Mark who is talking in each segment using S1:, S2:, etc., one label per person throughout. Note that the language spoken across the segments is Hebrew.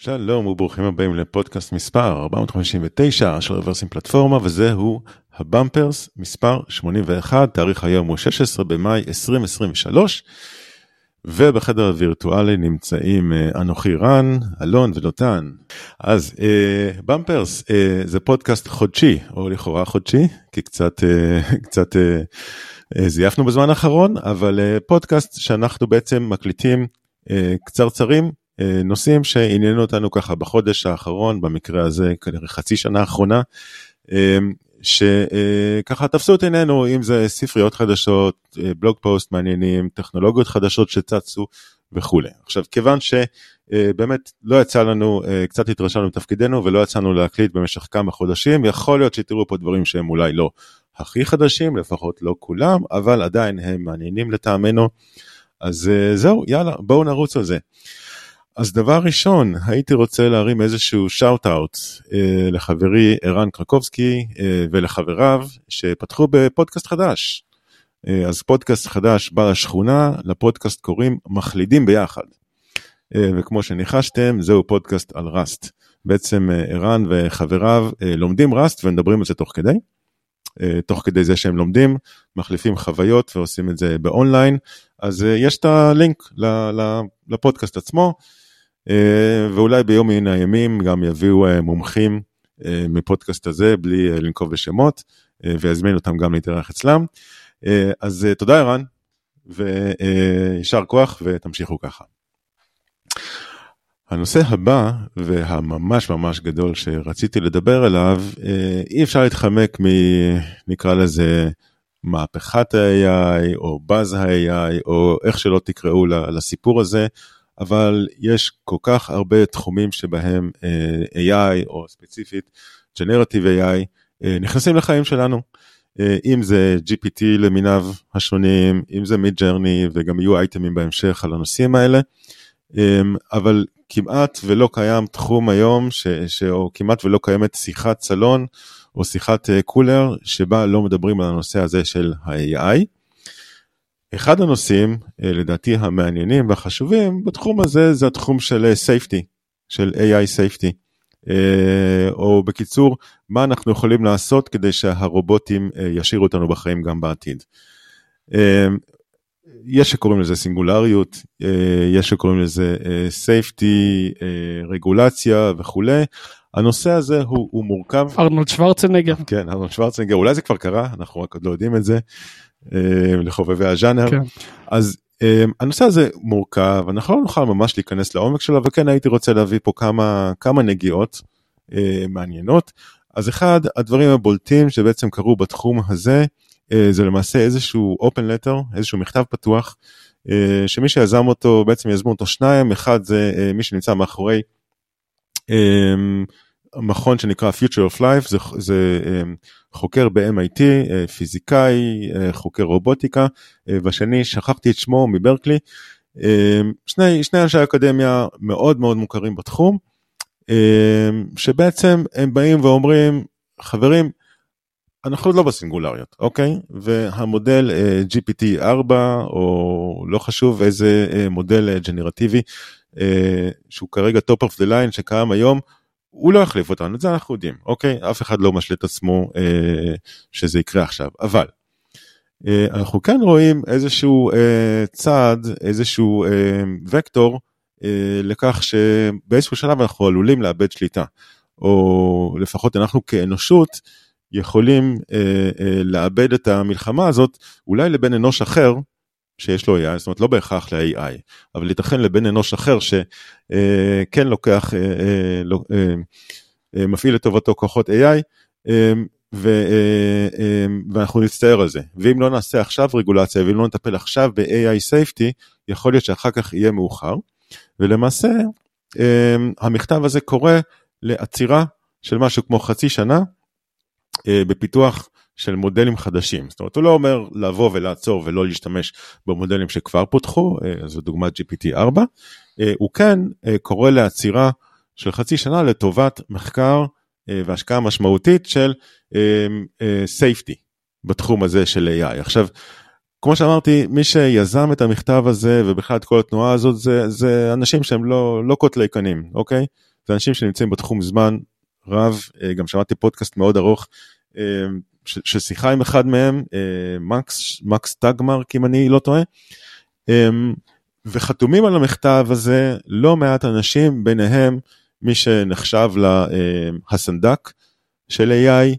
S1: שלום וברוכים הבאים לפודקאסט מספר 459 של רוורסים פלטפורמה, וזהו הבמפרס מספר 81, תאריך היום הוא 16 במאי 2023, ובחדר הווירטואלי נמצאים אנוכי רן, אלון ודותן. אז במפרס זה פודקאסט חודשי, או לכאורה חודשי, כי קצת זייפנו בזמן האחרון, אבל פודקאסט שאנחנו בעצם מקליטים קצרצרים, נושאים שעניינו אותנו ככה בחודש האחרון, במקרה הזה כנראה חצי שנה האחרונה, שככה תפסו את עינינו, אם זה ספריות חדשות, בלוג פוסט מעניינים, טכנולוגיות חדשות שצצו וכו'. עכשיו, כיוון שבאמת לא יצא לנו, קצת התרשמנו בתפקידנו ולא יצאנו להקליט במשך כמה חודשים, יכול להיות שתראו פה דברים שהם אולי לא הכי חדשים, לפחות לא כולם, אבל עדיין הם מעניינים לטעמנו. אז זהו, יאללה, בואו נרוץ על זה. אז דבר ראשון, הייתי רוצה להרים איזשהו שאוט-אוט לחברי ערן קרקובסקי ולחבריו שפתחו בפודקאסט חדש. אז פודקאסט חדש בא לשכונה, לפודקאסט קוראים מחלידים ביחד. וכמו שניחשתם, זהו פודקאסט על רסט. בעצם ערן וחבריו לומדים רסט ומדברים על זה תוך כדי זה שהם לומדים, מחליפים חוויות ועושים את זה באונליין. אז יש את הלינק לפודקאסט עצמו, ואולי ביום מן הימים גם יביאו מומחים מפודקאסט הזה בלי לנקוב בשמות, ויזמין אותם גם להתארח אצלם. אז תודה ערן, וישר כוח ותמשיכו ככה. הנושא הבא והממש ממש גדול שרציתי לדבר עליו, אי אפשר להתחמק נקרא לזה מהפכת ה-AI או באז ה-AI או איך שלא תקראו לסיפור הזה, אבל יש כל כך הרבה תחומים שבהם AI או ספציפית Generative AI נכנסים לחיים שלנו, אם זה GPT למיניו השונים, אם זה Midjourney, וגם יהיו אייטמים בהמשך על הנושאים האלה, אבל כמעט ולא קיים תחום היום, או כמעט ולא קיימת שיחת סלון, או שיחת קולר, שבה לא מדברים על הנושא הזה של ה-AI. אחד הנושאים, לדעתי המעניינים והחשובים, בתחום הזה זה התחום של safety, של AI safety, או בקיצור, מה אנחנו יכולים לעשות כדי שהרובוטים ישאירו אותנו בחיים גם בעתיד. יש שקוראים לזה סינגולריות, יש שקוראים לזה safety, רגולציה וכו'. הנושא הזה הוא מורכב.
S2: ארנולד שוורצנגר.
S1: כן, ארנולד שוורצנגר, אולי זה כבר קרה, אנחנו רק עוד לא יודעים את זה, לחובבי הז'אנר. כן. אז הנושא הזה מורכב, אנחנו לא נוכל ממש להיכנס לעומק שלו, וכן הייתי רוצה להביא פה כמה נגיעות מעניינות. אז אחד הדברים הבולטים שבעצם קרו בתחום הזה, זה למעשה איזשהו open letter, איזשהו מכתב פתוח, שמי שיזם אותו, בעצם יזמו אותו שניים, אחד זה מי שנמצא מאחורי מכון שנקרא Future of Life, זה חוקר ב-MIT, פיזיקאי, חוקר רובוטיקה, והשני שכחתי את שמו מברקלי, שני אנשי אקדמיה מאוד מאוד מוכרים בתחום, שבעצם הם באים ואומרים, חברים, אנחנו לא בסינגולריות, אוקיי? והמודל GPT-4, או לא חשוב איזה מודל ג'נרטיבי, שהוא כרגע top of the line שקיים היום, הוא לא יחליף אותנו, את זה אנחנו יודעים, אוקיי? אף אחד לא משלה את עצמו שזה יקרה עכשיו, אבל אנחנו כן רואים איזשהו צעד, איזשהו וקטור, לכך שבאיזשהו שלב אנחנו עלולים לאבד שליטה, או לפחות אנחנו כאנושות, יכולים לאבד את המלחמה הזאת, אולי לבן אנוש אחר, שיש לו AI, זאת אומרת לא בהכרח ל-AI, אבל ייתכן לבן אנוש אחר, שכן לוקח, מפעיל לטובתו כוחות AI, ואנחנו נצטער על זה. ואם לא נעשה עכשיו רגולציה, ואם לא נטפל עכשיו ב-AI safety, יכול להיות שאחר כך יהיה מאוחר, ולמעשה, המכתב הזה קורא לעצירה של משהו כמו חצי שנה, בפיתוח של מודלים חדשים. זאת אומרת, הוא לא אומר לבוא ולעצור ולא להשתמש במודלים שכבר פותחו, זו דוגמת GPT-4, הוא כן קורא לעצירה של חצי שנה לטובת מחקר והשקעה משמעותית של safety בתחום הזה של AI. עכשיו, כמו שאמרתי, מי שיזם את המכתב הזה ובכלל את כל התנועה הזאת, זה אנשים שהם לא קוטלי קנים, אוקיי? לאנשים שנמצאים בתחום זמן רב, גם שמעתי פודקאסט מאוד ארוך, ששיחה עם אחד מהם, מקס טגמרק, אם אני לא טועה, וחתומים על המכתב הזה לא מעט אנשים, ביניהם מי שנחשב להסנדק של AI,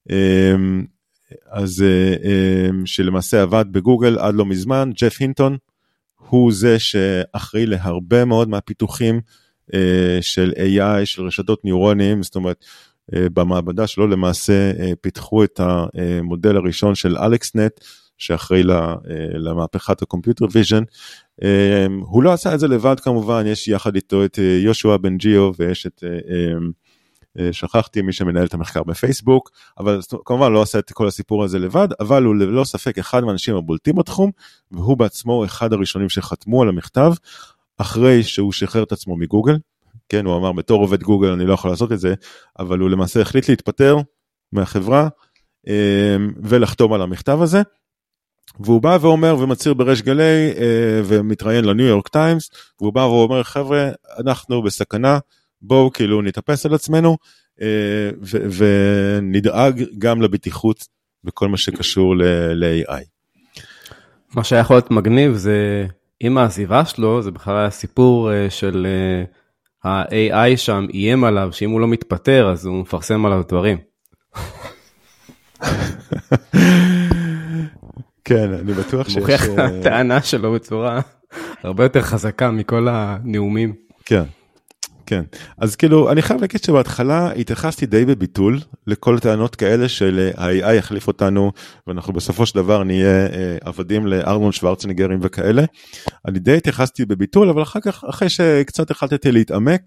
S1: אז שלמעשה עבד בגוגל עד לא מזמן, ג'ף הינטון, הוא זה שאחראי להרבה מאוד מהפיתוחים של AI, של רשתות ניורונים, זאת אומרת, במעבדה שלו למעשה פיתחו את המודל הראשון של אלכסנט, שאחראי למהפכת הקומפיוטר ויז'ן. הוא לא עשה את זה לבד כמובן, יש יחד איתו את יושוע בן ג'יו, ויש את, שכחתי מי שמנהל את המחקר בפייסבוק, אבל כמובן לא עשה את כל הסיפור הזה לבד, אבל הוא ללא ספק אחד מהאנשים הבולטים בתחום, והוא בעצמו אחד הראשונים שחתמו על המכתב, אחרי שהוא שחרר את עצמו מגוגל, כן, הוא אמר בתור עובד גוגל אני לא יכול לעשות את זה, אבל הוא למעשה החליט להתפטר מהחברה, ולחתום על המכתב הזה, והוא בא ואומר ומצהיר בריש גלי, ומתראיין לניו יורק טיימס, והוא בא ואומר חבר'ה, אנחנו בסכנה, בואו כאילו נתאפס על עצמנו, ונדאג גם לבטיחות, בכל מה שקשור ל-AI.
S2: מה שהיה יכול להיות מגניב זה, עם העזיבה שלו, זה בכלל היה סיפור של ה-AI שם איים עליו, שאם הוא לא מתפטר, אז הוא מפרסם עליו דברים.
S1: כן, אני בטוח שיש...
S2: מוכיח את הטענה שלו בצורה הרבה יותר חזקה מכל הנאומים.
S1: כן, כן. אז כאילו, אני חייב להגיד שבהתחלה התייחסתי די בביטול לכל טענות כאלה של ה-AI יחליף אותנו, ואנחנו בסופו של דבר נהיה עבדים לארנולד שוורצנגרים וכאלה. אני די התייחסתי בביטול, אבל אחר כך, אחרי שקצת החלטתי להתעמק,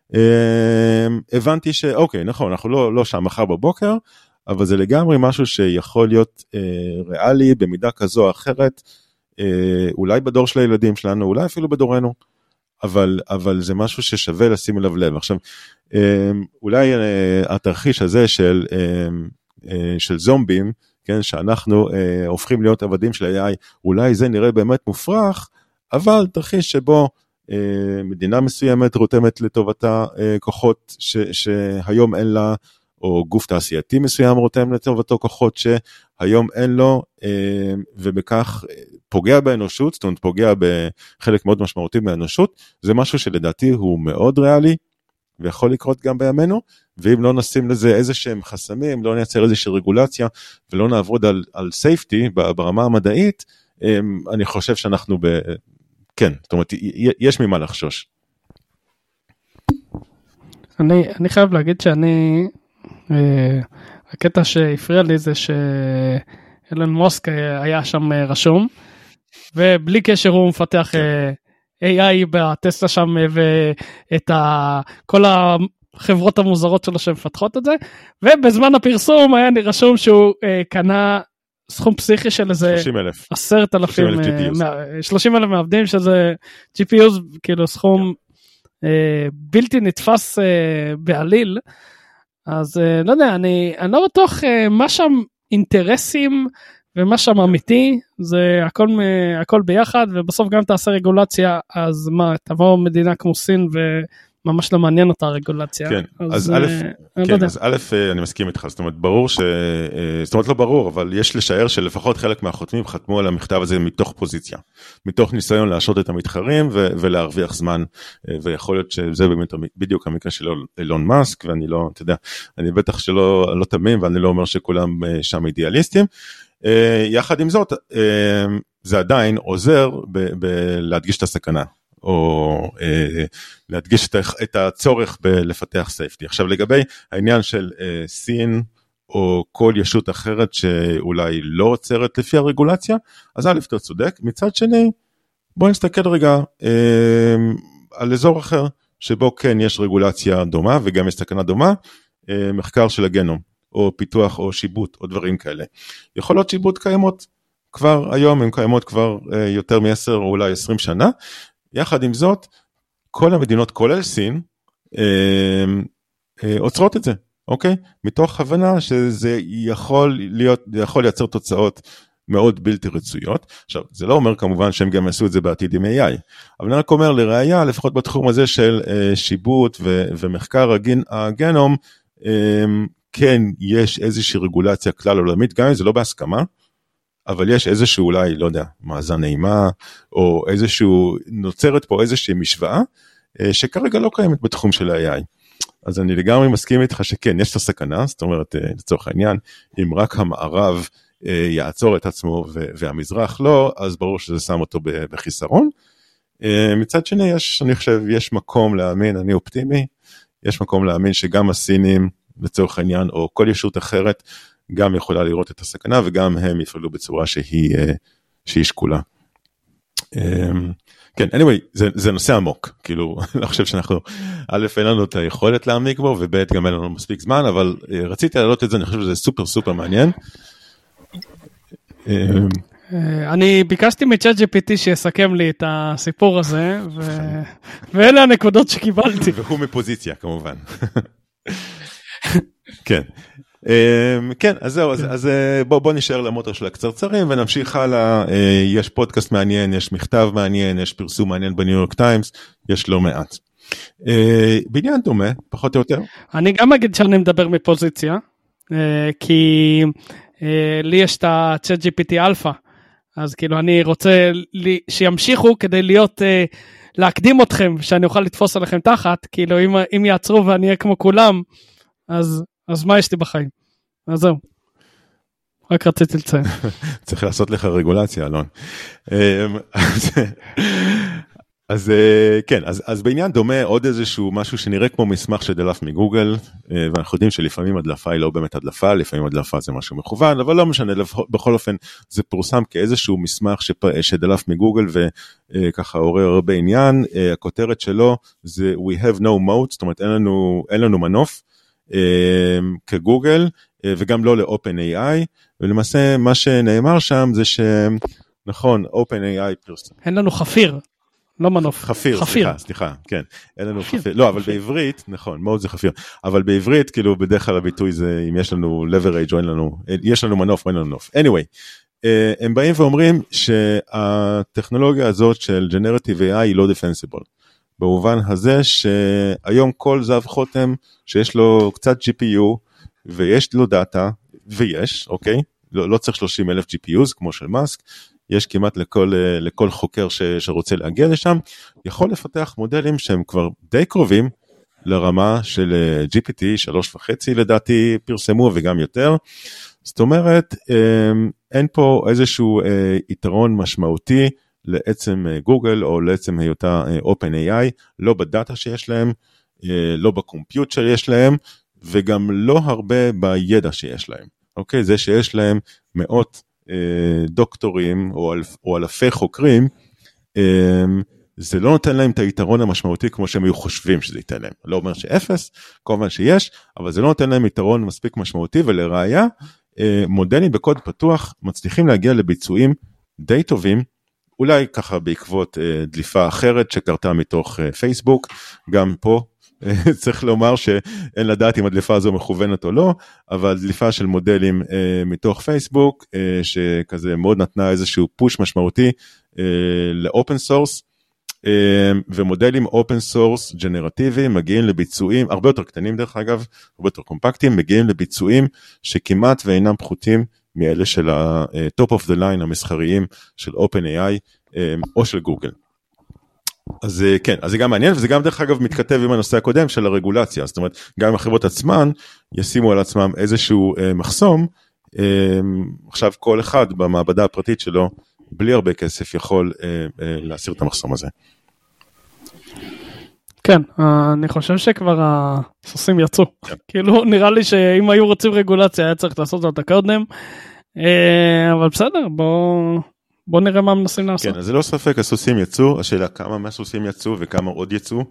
S1: הבנתי שאוקיי, נכון, אנחנו לא שם מחר בבוקר, אבל זה לגמרי משהו שיכול להיות ריאלי במידה כזו או אחרת, אולי בדור של הילדים שלנו, אולי אפילו בדורנו, אבל זה משהו ששווה לשים אליו לב. עכשיו, אולי התרחיש הזה של זומבים, כן, שאנחנו הופכים להיות עבדים של AI, אולי זה נראה באמת מופרך, אבל תרחיש שבו מדינה מסוימת רותמת לטובתה כוחות שהיום אין לה, או גוף תעשייתי מסוים רותם לטובתו כוחות שהיום אין לו, ובכך פוגע באנושות, זאת אומרת פוגע בחלק מאוד משמעותי מהאנושות, זה משהו שלדעתי הוא מאוד ריאלי, ויכול לקרות גם בימינו, ואם לא נשים לזה איזה שהם חסמים, לא נייצר איזושהי רגולציה, ולא נעבוד על safety ברמה המדעית, אני חושב שאנחנו כן, זאת אומרת, יש ממה לחשוש.
S3: אני חייב להגיד שאני, הקטע שהפריע לי זה שאילון מוסק היה שם רשום, ובלי קשר הוא מפתח AI בטסלה שם, ואת כל החברות המוזרות שלו שמפתחות את זה, ובזמן הפרסום היה רשום שהוא קנה סכום פסיכי של איזה 30,000 מעבדים, שזה GPUs, כאילו סכום בלתי נתפס בעליל. אז לא יודע, אני לא בטוח מה שם אינטרסים ומה שם אמיתי, זה הכל ביחד, ובסוף גם תעשה רגולציה, אז מה, תבוא מדינה כמו סין וממש לא מעניין אותה הרגולציה.
S1: כן, אז א', אני מסכים איתך, זאת אומרת, ברור זאת אומרת לא ברור, אבל יש לשער שלפחות חלק מהחותמים חתמו על המכתב הזה מתוך פוזיציה, מתוך ניסיון להשעות את המתחרים ולהרוויח זמן, ויכול להיות שזה באמת בדיוק המקרה של אילון מאסק, ואני לא, אתה יודע, אני בטח שלא תמים, ואני לא אומר שכולם שם אידיאליסטים, יחד עם זאת, זה עדיין עוזר להדגיש את הסכנה, או להדגיש את הצורך בלפתח סייפטי. עכשיו לגבי העניין של סין, או כל ישות אחרת שאולי לא עוצרת לפי הרגולציה, אז א' אתה צודק, מצד שני, בואו נסתכל רגע על אזור אחר, שבו כן יש רגולציה דומה, וגם יש סכנה דומה, מחקר של הגנום. או פיתוח או שיבוט או דברים כאלה. יכול להיות שיבוט קיימות כבר היום, הן קיימות כבר יותר מ10 או אולי 20 שנה, יחד עם זאת, כל המדינות, כולל סין, עוצרות את זה, אוקיי? מתוך הבנה שזה יכול לייצר תוצאות מאוד בלתי רצויות. עכשיו, זה לא אומר כמובן שהם גם יעשו את זה בעתיד עם AI, אבל אני רק אומר לראיה, לפחות בתחום הזה של שיבוט ומחקר הגנום, כן יש איזושהי רגולציה כלל עולמית, גם אם זה לא בהסכמה, אבל יש איזשהו אולי, לא יודע, מאזן נעימה, או איזשהו, נוצרת פה איזושהי משוואה, שכרגע לא קיימת בתחום של ה-AI. אז אני לגמרי מסכים איתך שכן, יש את הסכנה, זאת אומרת, לצורך העניין, אם רק המערב יעצור את עצמו והמזרח לא, אז ברור שזה שם אותו בחיסרון. מצד שני, אני חושב, יש מקום להאמין, אני אופטימי, יש מקום להאמין שגם הסינים, לצורך העניין, או כל ישות אחרת, גם יכולה לראות את הסכנה, וגם הם יפעלו בצורה שהיא שקולה. כן, anyway, זה נושא עמוק, כאילו, אני חושב שאנחנו, א', אין לנו את היכולת להעמיק בו, וב', גם אין לנו מספיק זמן, אבל רציתי להעלות את זה, אני חושב שזה סופר סופר מעניין.
S3: אני ביקשתי מ-ChatGPT שיסכם לי את הסיפור הזה, ואלה הנקודות שקיבלתי.
S1: והוא מפוזיציה, כמובן. כן. כן, אז זהו, אז בוא נשאר למוטו של הקצרצרים ונמשיך הלאה. יש פודקאסט מעניין, יש מכתב מעניין, יש פרסום מעניין בניו יורק טיימס, יש לא מעט. בעניין דומה, פחות או יותר.
S3: אני גם אגיד שאני מדבר מפוזיציה, כי לי יש את ה-ChatGPT אלפא, אז כאילו אני רוצה שימשיכו כדי להיות, להקדים אתכם, שאני אוכל לתפוס עליכם תחת, כאילו אם יעצרו ואני אהיה כמו כולם, אז מה יש לי בחיים? אז זהו. רק רציתי לציין.
S1: צריך לעשות לך רגולציה, אלון. אז כן, אז בעניין דומה עוד איזשהו משהו שנראה כמו מסמך שדלף מגוגל, ואנחנו יודעים שלפעמים הדלפה היא לא באמת הדלפה, לפעמים הדלפה זה משהו מכוון, אבל לא משנה, בכל אופן זה פורסם כאיזשהו מסמך שדלף מגוגל, וככה עורר הרבה עניין. הכותרת שלו זה We have no mode, זאת אומרת אין לנו מנוף, כגוגל, וגם לא ל-OpenAI, ולמעשה מה שנאמר שם זה שנכון, OpenAI פרסם.
S3: אין לנו חפיר, לא מנוף.
S1: חפיר. סליחה, כן, אין לנו חפיר. לא, אבל בעברית, נכון, מאוד זה חפיר, אבל בעברית, כאילו בדרך כלל הביטוי זה, אם יש לנו leverage או אין לנו, יש לנו מנוף או אין לנו מנוף. anyway, הם באים ואומרים שהטכנולוגיה הזאת של Generative AI היא לא defensible. במובן הזה שהיום כל זב חותם שיש לו קצת GPU ויש לו דאטה, ויש, אוקיי? לא צריך 30,000 GPUs כמו של מאסק, יש כמעט לכל חוקר שרוצה להגיע לשם, יכול לפתח מודלים שהם כבר די קרובים לרמה של GPT 3.5 לדעתי פרסמו וגם יותר, זאת אומרת אין פה איזשהו יתרון משמעותי, לעצם גוגל או לעצם היותה OpenAI, לא בדאטה שיש להם, לא בקומפיוט שיש להם, וגם לא הרבה בידע שיש להם. אוקיי? זה שיש להם מאות דוקטורים או אלפי חוקרים, זה לא נותן להם את היתרון המשמעותי כמו שהם היו חושבים שזה ייתן להם. לא אומר שאפס, כמובן שיש, אבל זה לא נותן להם יתרון מספיק משמעותי, ולראיה, מודלים בקוד פתוח מצליחים להגיע לביצועים די טובים, אולי ככה בעקבות דליפה אחרת שקרתה מתוך פייסבוק, גם פה צריך לומר שאין לדעת אם הדליפה הזו מכוונת או לא, אבל דליפה של מודלים מתוך פייסבוק, שכזה מאוד נתנה איזשהו פוש משמעותי לאופן סורס, ומודלים אופן סורס ג'נרטיביים מגיעים לביצועים, הרבה יותר קטנים דרך אגב, הרבה יותר קומפקטיים, מגיעים לביצועים שכמעט ואינם פחותים, מאלה של ה-top of the line המסחריים של OpenAI או של גוגל. אז כן, אז זה גם מעניין, וזה גם דרך אגב מתכתב עם הנושא הקודם של הרגולציה, זאת אומרת, גם אם החברות עצמן ישימו על עצמם איזשהו מחסום, עכשיו כל אחד במעבדה הפרטית שלו, בלי הרבה כסף יכול להסיר את המחסום הזה.
S3: כן, אני חושב שכבר הסוסים יצאו. כאילו, נראה לי שאם היו רוצים רגולציה, היה צריך לעשות אותה קודם, אבל בסדר, בוא נראה מה מנסים לעשות.
S1: כן, אז זה לא ספק, הסוסים יצאו, השאלה כמה מהסוסים יצאו וכמה עוד יצאו,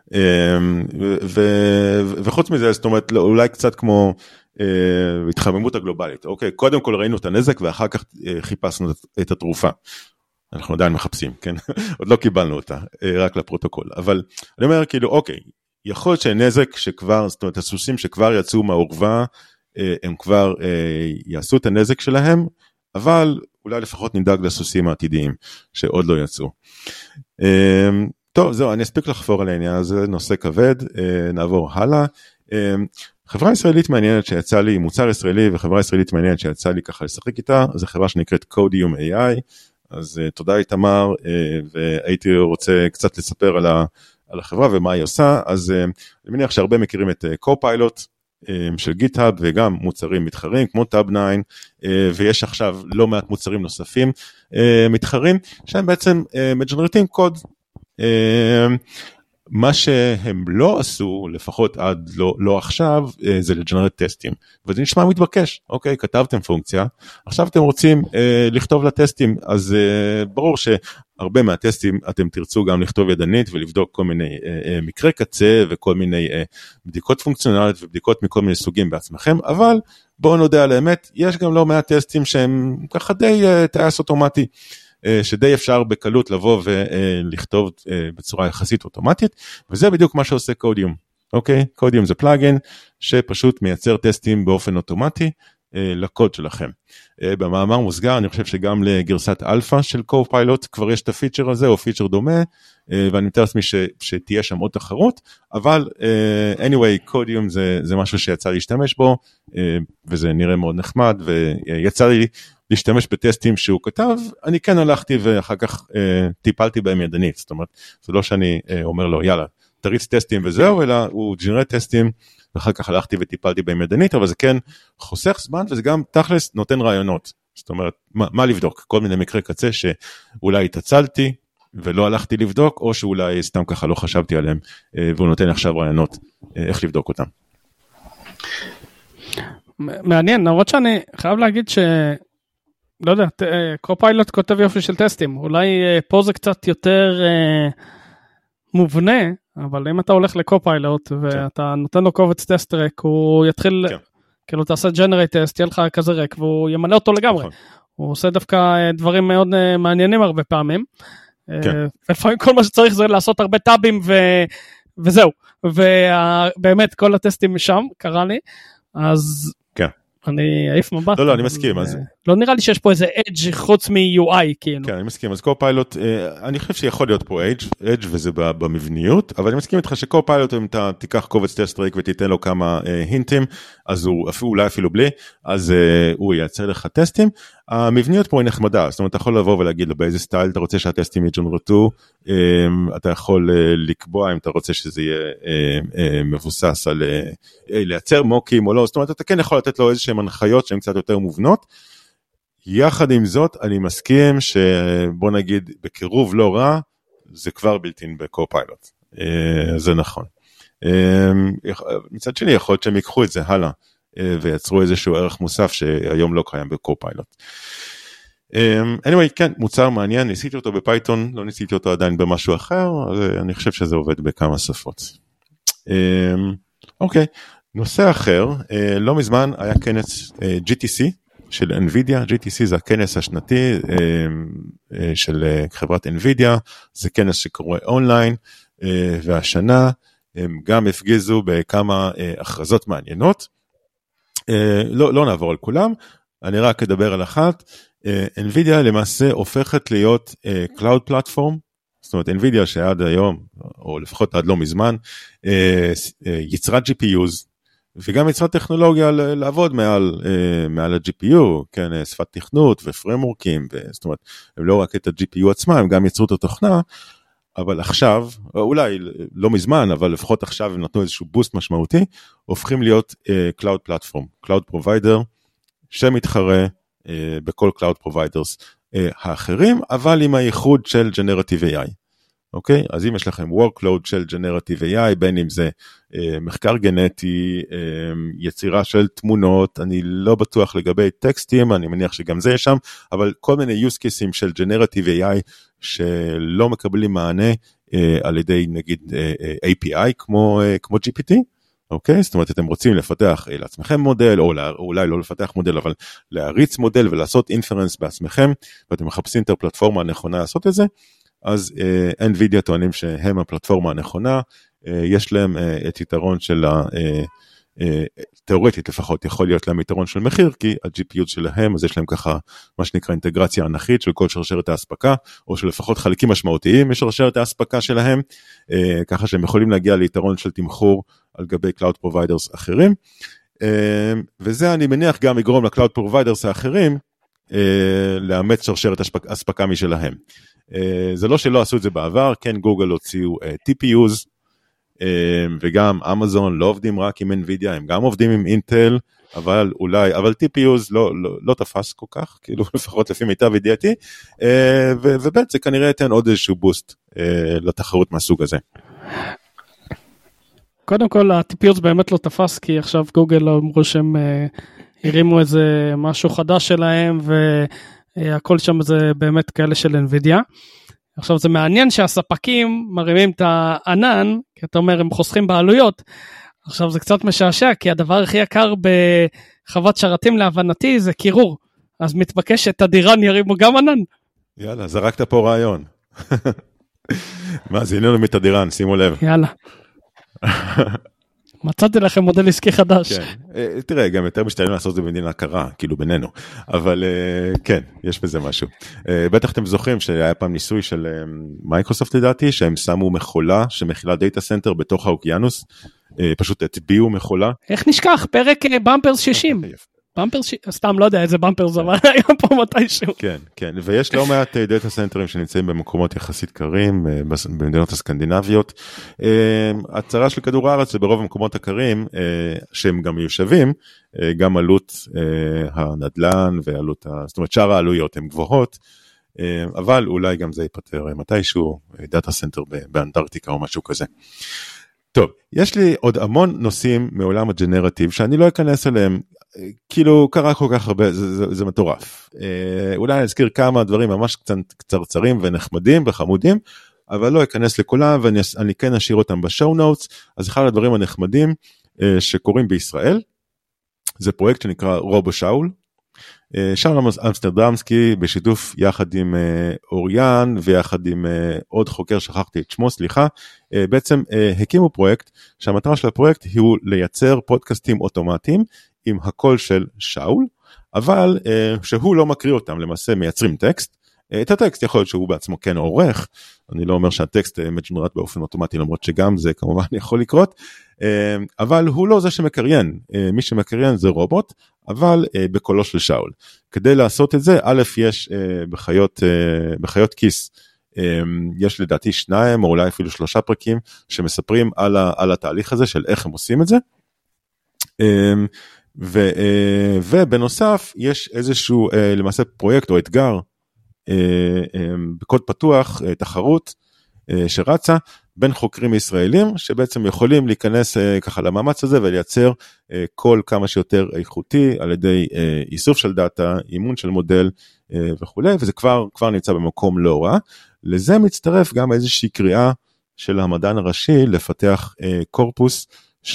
S1: וחוץ מזה, זאת אומרת, אולי קצת כמו התחממות הגלובלית, אוקיי, קודם כל ראינו את הנזק, ואחר כך חיפשנו את התרופה. אנחנו עדיין מחפשים, כן? עוד לא קיבלנו אותה, רק לפרוטוקול. אבל אני אומר, כאילו, אוקיי, יכול להיות שהנזק שכבר, זאת אומרת, הסוסים שכבר יצאו מהעורבה, הם כבר יעשו את הנזק שלהם, אבל אולי לפחות נדאג לסוסים העתידיים שעוד לא יצאו. טוב, זהו, אני אספיק לחפור על העניין הזה, נושא כבד, נעבור הלאה. חברה ישראלית מעניינת שיצא לי, מוצר ישראלי וחברה ישראלית מעניינת שיצא לי ככה לשחק איתה, זו חברה שנקראת Codium AI, אז תודה איתמר, והייתי רוצה קצת לספר על החברה ומה היא עושה. אז אני מניח שהרבה מכירים את Copilot של GitHub וגם מוצרים מתחרים כמו Tab9, ויש עכשיו לא מעט מוצרים נוספים מתחרים שהם בעצם מג'נרטים קוד. מה שהם לא עשו, לפחות עד לא עכשיו, זה לג'נרט טסטים, וזה נשמע מתבקש. אוקיי, כתבתם פונקציה, עכשיו אתם רוצים לכתוב לטסטים, אז ברור שהרבה מהטסטים אתם תרצו גם לכתוב ידנית, ולבדוק כל מיני מקרי קצה, וכל מיני בדיקות פונקציונליות, ובדיקות מכל מיני סוגים בעצמכם, אבל בואו נודע על האמת, יש גם לא מעט טסטים שהם ככה די טייס אוטומטי, שדי אפשר בקלות לבוא ולכתוב בצורה יחסית אוטומטית, וזה בדיוק מה שעושה Codium. אוקיי? Codium זה פלאגין שפשוט מייצר טסטים באופן אוטומטי לקוד שלכם. במאמר מוסגר, אני חושב שגם לגרסת אלפא של Copilot כבר יש את הפיצ'ר הזה, או פיצ'ר דומה, ואני מתאר לעצמי שתהיה שם עוד תחרות, אבל anyway, Codium זה משהו שיצא להשתמש בו, וזה נראה מאוד נחמד, ויצא לי להשתמש בטסטים שהוא כתב, אני כן הלכתי ואחר כך טיפלתי בהם ידנית, זאת אומרת, זה לא שאני אומר לו, יאללה, תריץ טסטים וזהו, אלא הוא ג'נרט טסטים, ואחר כך הלכתי וטיפלתי בהם ידנית, אבל זה כן חוסך זמן, וזה גם תכלס נותן רעיונות, זאת אומרת, מה לבדוק? כל מיני מקרי קצה שאולי התעצלתי, ולא הלכתי לבדוק, או שאולי סתם ככה לא חשבתי עליהם, והוא נותן עכשיו רעיונות, איך לבדוק אותם.
S3: מעניין, למרות שאני חייב להגיד לא יודע, קופיילוט כותב יופי של טסטים, אולי פה זה קצת יותר מובנה, אבל אם אתה הולך לקופיילוט ואתה נותן לו קובץ טסט ריק, הוא יתחיל, כאילו תעשה ג'נרייט טסט, יהיה לך כזה ריק, והוא ימלא אותו לגמרי. הוא עושה דווקא דברים מאוד מעניינים הרבה פעמים, ולפעמים כל מה שצריך זה לעשות הרבה טאבים וזהו, ובאמת כל הטסטים משם, קרה לי, אז אני אעיף מבט.
S1: לא, אני מסכים.
S3: לא נראה לי שיש פה איזה אדג' חוץ מ-UI, כאילו.
S1: כן, אני מסכים. אז Copilot, אני חושב שיכול להיות פה אדג' וזה במבניות, אבל אני מסכים איתך ש-Copilot, אם אתה תיקח קובץ טסט ריק ותיתן לו כמה הינטים, אז הוא אולי אפילו בלי, אז הוא ייצר לך טסטים. המבניות פה היא נחמדה, זאת אומרת, אתה יכול לבוא ולהגיד לו באיזה סטייל אתה רוצה שהטסטים יג'נרטו, אתה יכול לקבוע אם אתה רוצה שזה יהיה מבוסס על לייצר מוקים או לא, זאת אומרת, אתה כן יכול לתת לו איזשהם הנחיות שהן קצת יותר מובנות. יחד עם זאת, אני מסכים שבוא נגיד בקירוב לא רע, זה כבר בלתין בקופיילוט, זה נכון. מצד שני, יכול להיות שהם ייקחו את זה הלאה, ויצרו איזשהו ערך מוסף שהיום לא קיים בקופיילוט. anyway, כן, מוצר מעניין, ניסיתי אותו בפייתון, לא ניסיתי אותו עדיין במשהו אחר, אז אני חושב שזה עובד בכמה שפות. אוקיי, נושא אחר, לא מזמן היה כנס GTC של NVIDIA, GTC זה הכנס השנתי של חברת NVIDIA, זה כנס שקורה אונליין, והשנה הם גם הפגיזו בכמה הכרזות מעניינות, לא נעבור על כולם, אני רק אדבר על אחת. NVIDIA למעשה הופכת להיות Cloud Platform, זאת אומרת NVIDIA שעד היום, או לפחות עד לא מזמן, יצרת GPUs, וגם יצרת טכנולוגיה לעבוד מעל ה-GPU, כן, שפת תכנות ופרמורקים, זאת אומרת, הם לא רק את ה-GPU עצמם, הם גם יצרו את התוכנה, אבל עכשיו, אולי לא מזמן, אבל לפחות עכשיו הם נתנו איזשהו בוסט משמעותי, הופכים להיות Cloud Platform, Cloud Provider, שמתחרה בכל Cloud Providers האחרים, אבל עם הייחוד של Generative AI. אוקיי? אז אם יש לכם workload של Generative AI, בין אם זה מחקר גנטי, יצירה של תמונות, אני לא בטוח לגבי טקסטים, אני מניח שגם זה יש שם, אבל כל מיני use cases של Generative AI, שלא מקבלים מענה על ידי נגיד API כמו GPT, אוקיי? זאת אומרת, אתם רוצים לפתח לעצמכם מודל, או אולי לא לפתח מודל, אבל להריץ מודל ולעשות אינפרנס בעצמכם, ואתם מחפשים את הפלטפורמה הנכונה לעשות את זה, אז NVIDIA טוענים שהם הפלטפורמה הנכונה, יש להם את יתרון של תיאורטית לפחות יכול להיות להם יתרון של מחיר, כי ה-GPU שלהם, אז יש להם ככה מה שנקרא אינטגרציה אנכית של כל שרשרת ההספקה, או שלפחות חלקים משמעותיים משרשרת ההספקה שלהם, ככה שהם יכולים להגיע ליתרון של תמחור על גבי Cloud Providers אחרים, וזה אני מניח גם יגרום ל-Cloud Providers האחרים, לאמץ שרשרת הספקה משלהם. זה לא שלא עשו את זה בעבר, כן גוגל הוציאו TPUs, וגם אמזון לא עובדים רק עם NVIDIA, הם גם עובדים עם אינטל, אבל TPUs לא תפס כל כך, כאילו לפחות לפי מיטב ידיעתי, ובאמת זה כנראה ייתן עוד איזשהו בוסט לתחרות מהסוג הזה.
S3: קודם כל ה-TPUs באמת לא תפס, כי עכשיו גוגל אמרו שהם הרימו איזה משהו חדש שלהם, והכל שם זה באמת כאלה של NVIDIA. עכשיו זה מעניין שהספקים מרימים את הענן, כי אתה אומר הם חוסכים בעלויות, עכשיו זה קצת משעשע, כי הדבר הכי יקר בחוות שרתים להבנתי זה קירור, אז מתבקש שתדירן ירימו גם ענן.
S1: יאללה, זרקת פה רעיון. מה, זה עניין מתדירן, שימו לב.
S3: יאללה. מצאתי לכם מודל עסקי חדש.
S1: כן, תראה, גם יותר משתלם לעשות את זה במדינה קרה, כאילו בינינו, אבל כן, יש בזה משהו. בטח אתם זוכרים שהיה פעם ניסוי של מייקרוסופט לדעתי, שהם שמו מכולה שמכילה דאטה סנטר בתוך האוקיינוס, פשוט הטביעו מכולה.
S3: איך נשכח? פרק במפרס 60. במפרס, סתם לא יודע איזה במפרס, אבל היה פה מתישהו.
S1: כן, כן, ויש לא מעט דאטה סנטרים שנמצאים במקומות יחסית קרים, במדינות הסקנדינביות. הצרה של כדור הארץ זה ברוב המקומות הקרים, שהם גם מיושבים, גם עלות הנדלן ועלות, זאת אומרת שאר העלויות הן גבוהות, אבל אולי גם זה ייפטר מתישהו, דאטה סנטר באנטארקטיקה או משהו כזה. טוב, יש לי עוד המון נושאים מעולם הג'נרטיב, שאני לא אכנס אליהם, כאילו קרה כל כך הרבה, זה מטורף. אולי אני אזכיר כמה דברים ממש קצרצרים ונחמדים וחמודים, אבל לא אכנס לכולם, ואני כן אשאיר אותם בשואו נוטס. אז אחד הדברים הנחמדים שקורים בישראל, זה פרויקט שנקרא רובו שאול, שאול אמסטרדמסקי בשיתוף יחד עם אוריאן ויחד עם עוד חוקר, שכחתי את שמו, סליחה, בעצם הקימו פרויקט שהמטרה של הפרויקט היא לייצר פודקאסטים אוטומטיים עם הקול של שאול, אבל שהוא לא מקריא אותם, למעשה מייצרים טקסט, את הטקסט יכול להיות שהוא בעצמו כן עורך, אני לא אומר שהטקסט מג'נרט באופן אוטומטי, למרות שגם זה כמובן יכול לקרות, אבל הוא לא זה שמקריין, מי שמקריין זה רובוט, אבל בקולו של שאול. כדי לעשות את זה, א' יש בחיות כיס, יש לדעתי 2 או אולי אפילו 3 פרקים, שמספרים על התהליך הזה של איך הם עושים את זה, ובנוסף יש איזשהו למעשה פרויקט או אתגר, בקוד פתוח, תחרות שרצה בין חוקרים ישראלים שבעצם יכולים להיכנס ככה למאמץ הזה ולייצר קול כמה שיותר איכותי על ידי איסוף של דאטה, אימון של מודל וכו', וזה כבר נמצא במקום לא רע. לזה מצטרף גם איזושהי קריאה של המדען הראשי לפתח קורפוס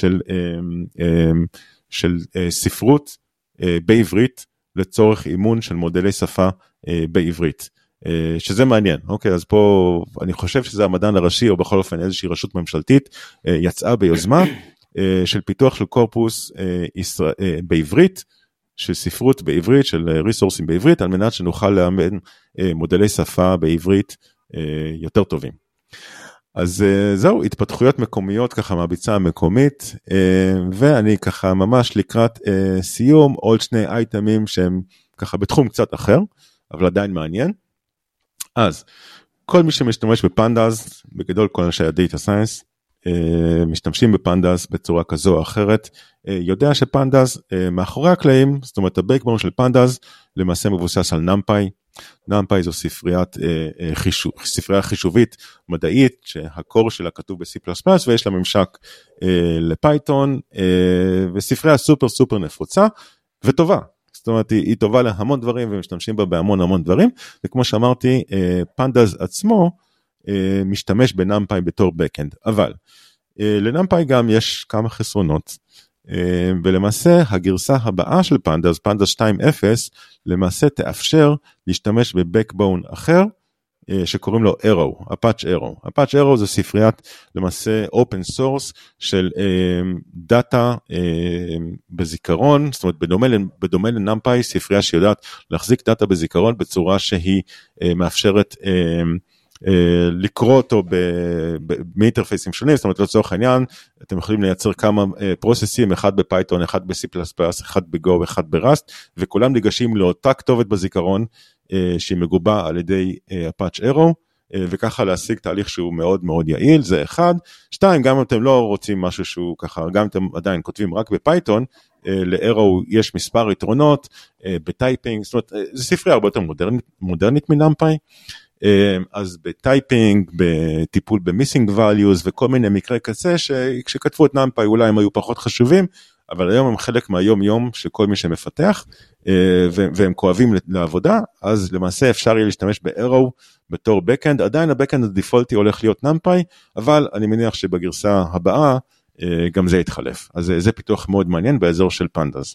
S1: של ספרות בעברית לצורך אימון של מודלי שפה בעברית, שזה מעניין. אוקיי, אז פה אני חושב שזה המדען הראשי, או בכל אופן איזושהי רשות ממשלתית, יצאה ביוזמה של פיתוח של קורפוס בעברית, של ספרות בעברית, של ריסורסים בעברית, על מנת שנוכל לאמן מודלי שפה בעברית יותר טובים. אז זהו, התפתחויות מקומיות ככה מהביצה המקומית, ואני ככה ממש לקראת סיום, עוד 2 אייטמים שהם ככה בתחום קצת אחר, אבל עדיין מעניין. אז כל מי שמשתמש בפנדאז, בגדול כל אנשי הדאטה סיינס, משתמשים בפנדאז בצורה כזו או אחרת, יודע שפנדאז מאחורי הקלעים, זאת אומרת הבייקבון של פנדאז למעשה מבוסס על נמפאי. נמפאי זו ספרייה חישובית מדעית שהקור שלה כתוב ב-C++ ויש לה ממשק לפייתון, וספרייה סופר נפוצה וטובה. זאת אומרת היא טובה להמון דברים ומשתמשים בה בהמון דברים, וכמו שאמרתי פנדאז עצמו משתמש בנמפאי בתור בקאנד, אבל לנמפאי גם יש כמה חסרונות, ולמעשה הגרסה הבאה של פנדאז, פנדאז 2.0, למעשה תאפשר להשתמש בבקבון אחר, שקוראים לו Arrow, Apache Arrow. Apache Arrow זה ספריית למעשה open source של דאטה בזיכרון, זאת אומרת בדומה לנמפאי, ספרייה שיודעת להחזיק דאטה בזיכרון בצורה שהיא מאפשרת לקרוא אותו מאינטרפייסים שונים, זאת אומרת לצורך העניין, אתם יכולים לייצר כמה פרוססים, אחד בפייתון, אחד ב-C++, אחד ב-Go, אחד ב-Rust, וכולם ניגשים לאותה כתובת בזיכרון, שהיא מגובה על ידי Apache Arrow, וככה להשיג תהליך שהוא מאוד מאוד יעיל, זה אחד. שתיים, גם אם אתם לא רוצים משהו שהוא ככה, גם אם אתם עדיין כותבים רק בפייתון, ל-Arrow יש מספר יתרונות, בטייפינג, זאת אומרת, זה ספרייה הרבה יותר מודרנית מנמפאי, אז בטייפינג, בטיפול במיסינג values וכל מיני מקרי קצה שכשכתבו את נמפאי אולי הם היו פחות חשובים, אבל היום הם חלק מהיום יום של כל מי שמפתח, והם כואבים לעבודה, אז למעשה אפשר יהיה להשתמש ב-Arrow בתור backend, עדיין ה-backend הדיפולטי הולך להיות נמפאי, אבל אני מניח שבגרסה הבאה גם זה יתחלף, אז זה פיתוח מאוד מעניין באזור של פנדס.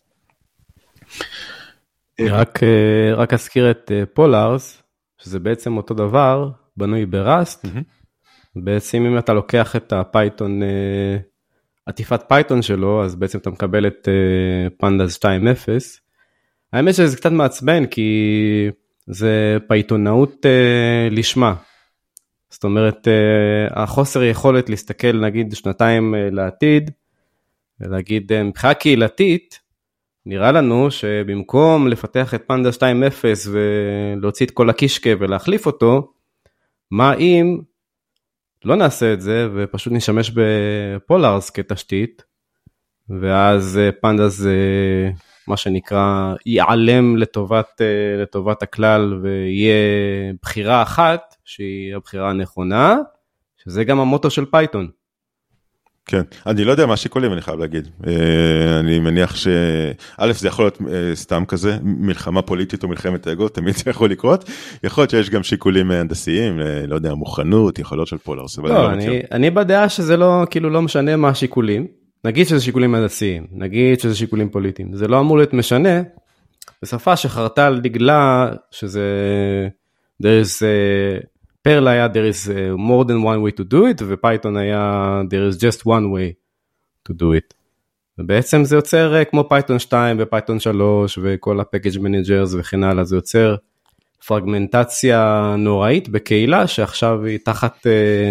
S2: רק אזכיר את פולארס, שזה בעצם אותו דבר, בנוי בראסט, בעצם אם אתה לוקח את הפייתון, עטיפת פייתון שלו, אז בעצם אתה מקבל את פנדס 2.0, האמת שזה קצת מעצבן, כי זה פייתונאות לשמה, זאת אומרת, החוסר יכולת להסתכל נגיד שנתיים לעתיד, ולהגיד מבחינה קהילתית, נראה לנו שבמקום לפתח את פנדס 2.0 ולהוציא את כל הקישקה ולהחליף אותו, מה אם לא נעשה את זה ופשוט נשמש בפולארס כתשתית, ואז פנדס מה שנקרא ייעלם לטובת הכלל, ויהיה בחירה אחת שהיא הבחירה הנכונה, שזה גם המוטו של פייתון.
S1: כן, אני לא יודע מה השיקולים, אני חייב להגיד. אני מניח שא' זה יכול להיות סתם כזה, מלחמה פוליטית או מלחמת אגו, תמיד זה יכול לקרות. יכול להיות שיש גם שיקולים הנדסיים, לא יודע, מוכנות, יכולות של פולארס.
S2: לא, אני בדעה שזה לא, כאילו לא משנה מה השיקולים. נגיד שזה שיקולים הנדסיים, נגיד שזה שיקולים פוליטיים. זה לא אמור להיות משנה, בשפה שחרתה על דגלה, שזה, פרל היה, there is more than one way to do it, ופייתון היה, there is just one way to do it. ובעצם זה יוצר כמו פייתון 2 ופייתון 3, וכל ה-package managers וכן הלאה, זה יוצר פרגמנטציה נוראית בקהילה, שעכשיו היא תחת,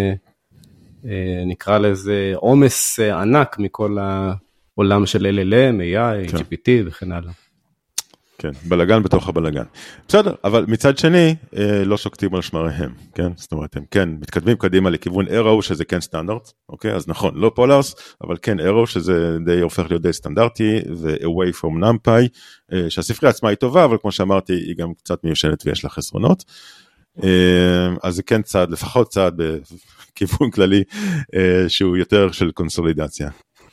S2: נקרא לזה, עומס ענק מכל העולם של LLM, AI, GPT וכן הלאה.
S1: כן, בלגן בתוך הבלגן. בסדר, אבל מצד שני, לא שוקטים על שמריהם, כן? זאת אומרת, הם כן מתקדמים קדימה לכיוון Arrow, שזה כן סטנדרט, אוקיי? אז נכון, לא פולארס, אבל כן Arrow, שזה די הופך להיות די סטנדרטי, ו-Away from NumPy, שהספרייה עצמה היא טובה, אבל כמו שאמרתי, היא גם קצת מיושנת ויש לה חסרונות. אז זה כן צעד, לפחות צעד בכיוון כללי, שהוא יותר של קונסולידציה.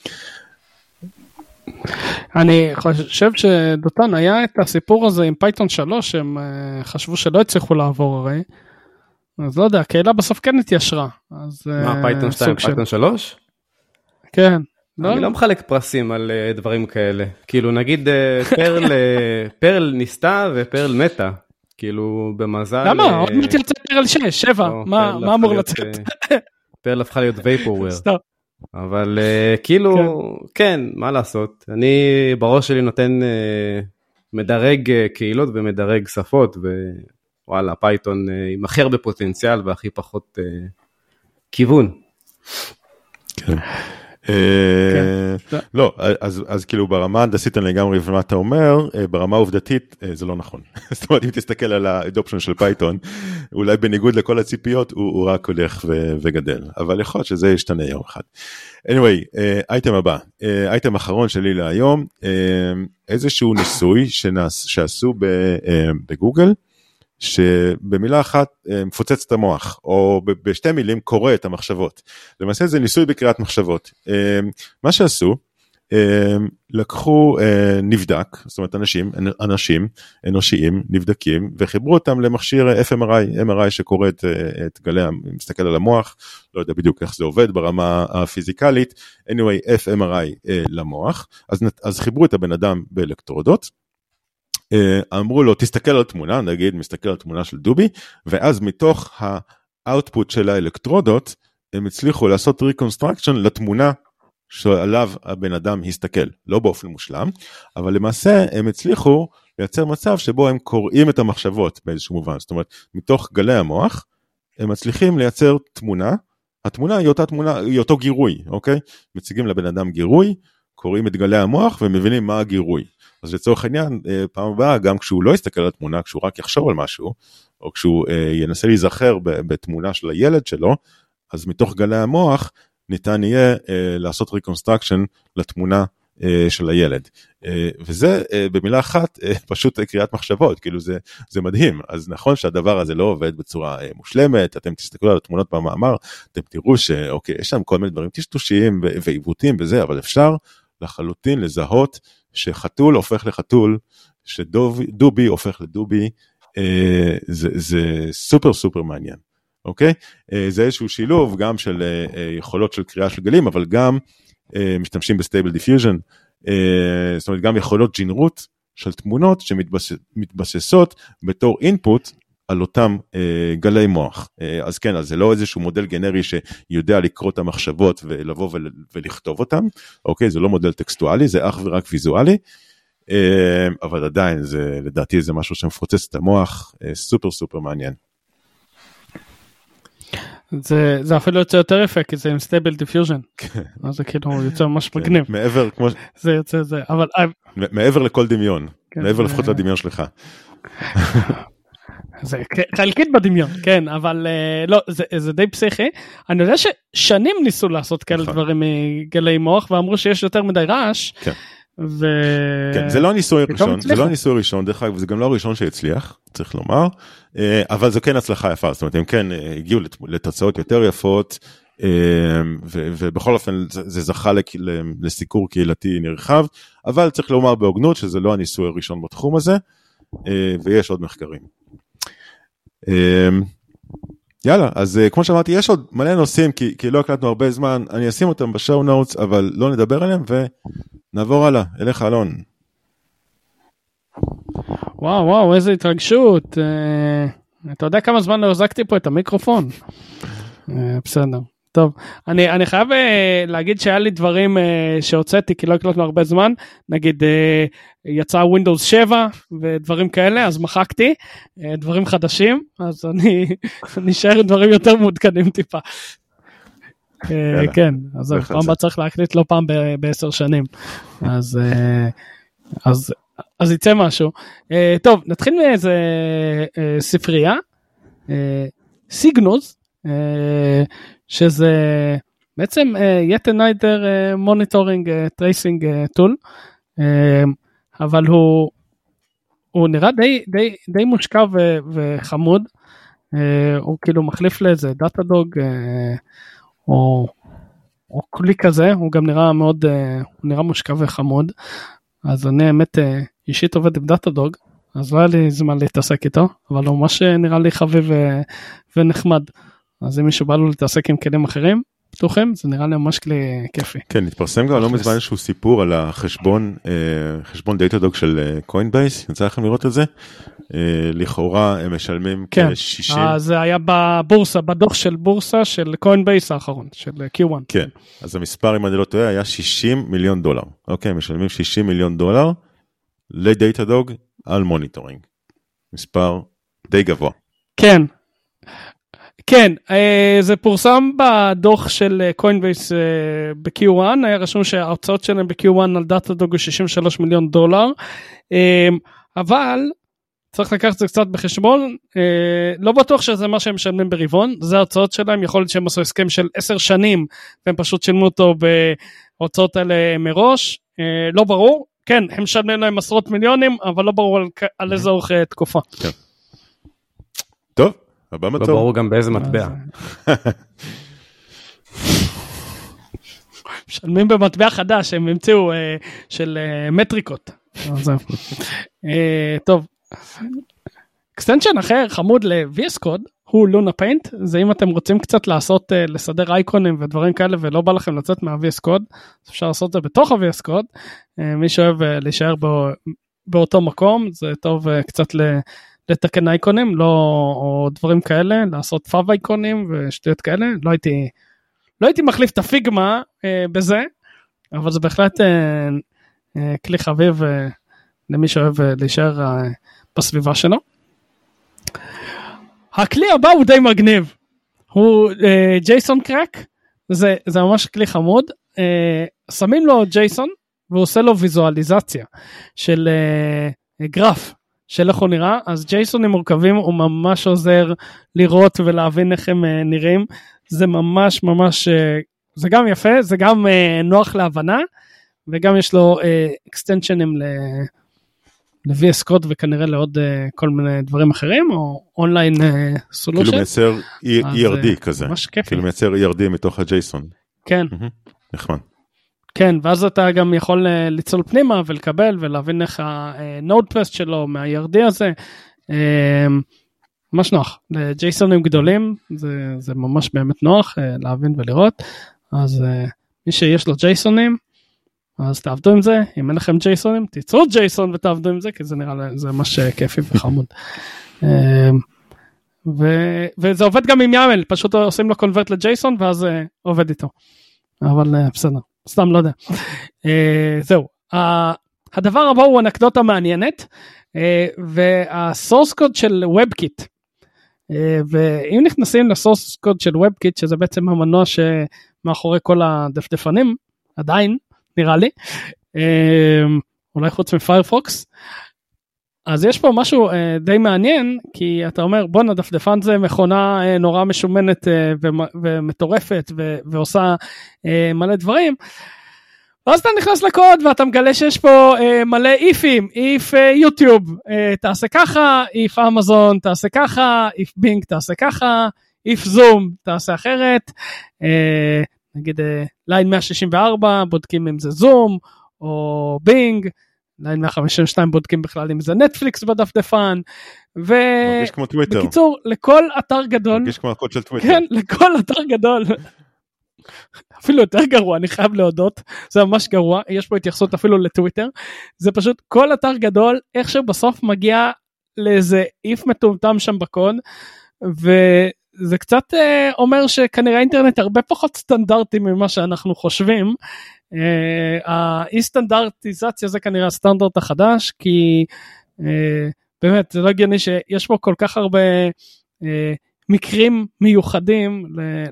S3: אני חושב שדותן היה את הסיפור הזה עם פייתון 3, הם חשבו שלא הצליחו לעבור הרי, אז לא יודע, הקהילה בסוף כן התיישרה.
S2: מה, פייתון 2, פייתון 3?
S3: כן.
S2: אני לא מחלק פרסים על דברים כאלה, כאילו נגיד פרל ניסתה ופרל מתה, כאילו במזל...
S3: למה? עוד מעט יוצא פרל 6, 7, מה אמור לצאת?
S2: פרל הפכה להיות וייפורוויר. סתם. אבל כאילו, כן, מה לעשות? אני בראש שלי נותן מדרג קהילות ומדרג שפות, ווואלה, פייתון עם הכי הרבה פוטנציאל והכי פחות כיוון.
S1: כן. לא, אז כאילו ברמה הנדסית אני לגמרי ומה אתה אומר, ברמה העובדתית זה לא נכון. זאת אומרת, אם תסתכל על האדופשן של פייתון, אולי בניגוד לכל הציפיות, הוא רק הולך וגדל, אבל יכול להיות שזה ישתנה יום אחד. anyway, אייטם הבא, אייטם אחרון שלי להיום, איזשהו ניסוי שעשו בגוגל, שבמילה אחת מפוצץ את המוח, או בשתי מילים קורא את המחשבות. למעשה זה ניסוי בקריאת מחשבות. מה שעשו, לקחו נבדק, זאת אומרת אנשים אנושיים נבדקים, וחיברו אותם למכשיר MRI שקורא את גלי, מסתכל על המוח, לא יודע בדיוק איך זה עובד ברמה הפיזיקלית, anyway, FMRI למוח, אז חיברו את הבן אדם באלקטרודות, אמרו לו, תסתכל על תמונה, נגיד, מסתכל על תמונה של דובי, ואז מתוך האוטפוט של האלקטרודות, הם הצליחו לעשות reconstruction לתמונה שעליו הבן אדם הסתכל, לא באופן מושלם, אבל למעשה הם הצליחו לייצר מצב שבו הם קוראים את המחשבות באיזשהו מובן, זאת אומרת, מתוך גלי המוח, הם מצליחים לייצר תמונה, התמונה היא אותה תמונה, היא אותו גירוי, אוקיי? מציגים לבן אדם גירוי, קוראים את גלי המוח ומבינים מה הגירוי. אז לצורך העניין, פעם הבאה, גם כשהוא לא יסתכל על התמונה, כשהוא רק יחשוב על משהו, או כשהוא ינסה להיזכר בתמונה של הילד שלו, אז מתוך גלי המוח ניתן יהיה לעשות reconstruction לתמונה של הילד. וזה במילה אחת פשוט קריאת מחשבות, כאילו זה מדהים. אז נכון שהדבר הזה לא עובד בצורה מושלמת, אתם תסתכלו על התמונות במאמר, אתם תראו שאוקיי, יש שם כל מיני דברים טשטושיים ועיוותים וזה, אבל אפשר לחלוטין לזהות שחתול הופך לחתול, שדובי הופך לדובי, זה סופר סופר מעניין. אוקיי? זה איזשהו שילוב גם של יכולות של קריאה של גלים, אבל גם משתמשים בסטייבל דיפיוז'ן, זאת אומרת גם יכולות ג'ינרות של תמונות שמתבססות בתור אינפוט על אותם גלי מוח. אז כן, אז זה לא איזשהו מודל גנרי שיודע לקרוא את המחשבות ולבוא ולכתוב אותם, אוקיי? זה לא מודל טקסטואלי, זה אך ורק ויזואלי, אבל עדיין זה, לדעתי זה משהו שמפוצץ את המוח, סופר סופר מעניין.
S3: זה אפילו יוצא יותר יפה, כי זה עם סטייבל דיפיוז'ן. אז זה כאילו יוצא ממש מגניב.
S1: מעבר, כמו...
S3: זה יוצא זה, אבל...
S1: מעבר לכל דמיון. מעבר לפחות לדמיון שלך.
S3: זה חלקית בדמיון, כן, אבל לא, זה די פסיכי. אני יודע ששנים ניסו לעשות כאלה דברים מגלי מוח, ואמרו שיש יותר מדי רעש. כן.
S1: כן, זה לא הניסוי הראשון, זה לא הניסוי הראשון, דרך אגב, זה גם לא הראשון שהצליח, צריך לומר, אבל זו כן הצלחה יפה, זאת אומרת, הם כן הגיעו לתוצאות יותר יפות, ובכל אופן זה זכה לסיקור קהילתי נרחב, אבל צריך לומר בהוגנות שזה לא הניסוי הראשון בתחום הזה, ויש עוד מחקרים. יאללה, אז כמו שאמרתי, יש עוד מלא נושאים, כי לא הקלטנו הרבה זמן, אני אשים אותם בשואו נוטס, אבל לא נדבר עליהם, ונעבור הלאה, אליך אלון.
S3: וואו, איזו התרגשות. אתה יודע כמה זמן לא החזקתי פה את המיקרופון? בסדר. טוב, אני חייב להגיד שהיה לי דברים שהוצאתי, כי לא הקלטנו הרבה זמן, נגיד יצא Windows 7 ודברים כאלה, אז מחקתי דברים חדשים, אז אני אשאר עם דברים יותר מעודכנים טיפה. כן, אז פעם הבא צריך להקליט לא פעם ב10 שנים, אז יצא משהו. טוב, נתחיל מאיזה ספרייה, סיגנוז, שזה בעצם yet another monitoring tracing tool, אבל הוא נראה די מושקע וחמוד, הוא כאילו מחליף לאיזה דאטאדוג, או כלי כזה, הוא גם נראה מאוד, הוא נראה מושקע וחמוד, אז אני האמת אישית עובד עם דאטאדוג, אז לא היה לי זמן להתעסק איתו, אבל הוא ממש נראה לי חביב ונחמד. אז אם מישהו בא לו להתעסק עם כלים אחרים, פתוחים, זה נראה לי ממש כלי כיפי.
S1: כן, התפרסם גם לא מזמן איזשהו סיפור על החשבון דאטאדוג של קוינבייס, יצא לכם לראות את זה? לכאורה הם משלמים כ-60.
S3: כן, זה היה בבורסה, בדוח של בורסה של קוינבייס האחרון, של Q1.
S1: כן, אז המספר, אם אני לא טועה, היה $60 מיליון. אוקיי, משלמים $60 מיליון לדאטאדוג על מוניטורינג. מספר די גבוה.
S3: כן, זה פורסם בדוח של קוינבייס ב-Q1, היה רשום שההוצאות שלהם ב-Q1 על דאטאדוג הוא $63 מיליון, אבל צריך לקחת את זה קצת בחשבון, לא בטוח שזה מה שהם משלמים ברבעון, זה ההוצאות שלהם, יכול להיות שהם עשו הסכם של 10 שנים, והם פשוט שילמו אותו בהוצאות האלה מראש, לא ברור, כן, הם משלמים להם עשרות מיליונים, אבל לא ברור על איזה אורך תקופה.
S1: טוב. לא
S2: ברור גם באיזה מטבע.
S3: משלמים במטבע חדש, הם המציאו של מטריקות. טוב. אקסטנשן אחר חמוד ל-VS Code, הוא לונה Paint, זה אם אתם רוצים קצת לסדר אייקונים ודברים כאלה, ולא בא לכם לצאת מה-VS Code, אז אפשר לעשות את זה בתוך ה-VS Code, מי שאוהב להישאר בו באותו מקום, זה טוב קצת לתקן אייקונים, או דברים כאלה, לעשות פאב אייקונים ושטויות כאלה, לא הייתי מחליף את הפיגמה בזה, אבל זה בהחלט כלי חביב למי שאוהב להישאר בסביבה שלו. הכלי הבא הוא די מגניב, הוא ג'ייסון קרק, זה ממש כלי חמוד, שמים לו ג'ייסון, והוא עושה לו ויזואליזציה של גרף, של איך הוא נראה, אז ג'ייסונים מורכבים הוא ממש עוזר לראות ולהבין איך הם נראים, זה ממש ממש, זה גם יפה, זה גם נוח להבנה, וגם יש לו אקסטנשנים ל-VS Code וכנראה לעוד כל מיני דברים אחרים, או אונליין סולושן.
S1: כאילו מייצר ERD כזה,
S3: ממש כיף.
S1: כאילו מייצר ERD מתוך הג'ייסון.
S3: כן.
S1: נחמד.
S3: כן, ואז אתה גם יכול ליצול פנימה ולקבל ולהבין איך הנודפסט שלו מה-ERD הזה, ממש נוח. לג'ייסונים גדולים, זה ממש באמת נוח להבין ולראות, אז מי שיש לו ג'ייסונים, אז תעבדו עם זה, אם אין לכם ג'ייסונים, תיצרו ג'ייסון ותעבדו עם זה, כי זה נראה לי, זה ממש כיפי וחמוד. וזה עובד גם עם יאמל, פשוט עושים לו קונברט לג'ייסון, ואז עובד איתו. אבל בסדר, סתם לא יודע. זהו, הדבר הבא הוא אנקדוטה מעניינת, והסורס קוד של WebKit, ואם נכנסים לסורס קוד של WebKit, שזה בעצם המנוע שמאחורי כל הדפדפנים, עדיין, נראה לי, אולי חוץ מפיירפוקס, אז יש פה משהו די מעניין, כי אתה אומר, בוא נדפדפן זה מכונה נורא משומנת ומטורפת, ועושה מלא דברים, ואז אתה נכנס לקוד, ואתה מגלה שיש פה מלא איפים, איף יוטיוב, תעשה ככה, איף אמזון, תעשה ככה, איף בינג, תעשה ככה, איף זום, תעשה אחרת, נגיד ליין 164, בודקים אם זה זום, או בינג, ליין 152 בודקים בכלל אם זה נטפליקס בדפדפן, ובקיצור, לכל אתר גדול,
S1: מרגיש כמו הקוד של טוויטר.
S3: כן, לכל אתר גדול, אפילו יותר גרוע, אני חייב להודות, זה ממש גרוע, יש פה התייחסות אפילו לטוויטר, זה פשוט כל אתר גדול, איכשהו בסוף מגיע לאיזה איף מטומטם שם בקוד, וזה קצת אומר שכנראה האינטרנט הרבה פחות סטנדרטי ממה שאנחנו חושבים, האי סטנדרטיזציה זה כנראה הסטנדרט החדש, כי באמת זה לא הגיוני שיש פה כל כך הרבה מקרים מיוחדים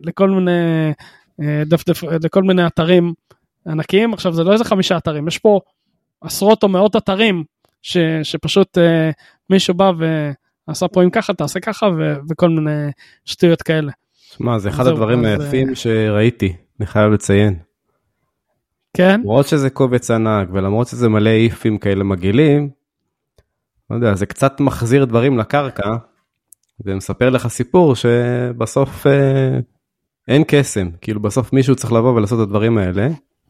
S3: לכל מיני אתרים ענקיים. עכשיו זה לא איזה 5 אתרים, יש פה עשרות או מאות אתרים שפשוט מישהו בא ועשה פה עם ככה, תעשה ככה וכל מיני שטויות כאלה.
S2: מה, זה אחד הדברים היפים שראיתי, אני חייב לציין.
S3: כן?
S2: למרות שזה קובץ ענק, ולמרות שזה מלא איפים כאלה מגעילים, לא יודע, זה קצת מחזיר דברים לקרקע, ומספר לך סיפור שבסוף אין קסם, כאילו בסוף מישהו צריך לבוא ולעשות את הדברים האלה.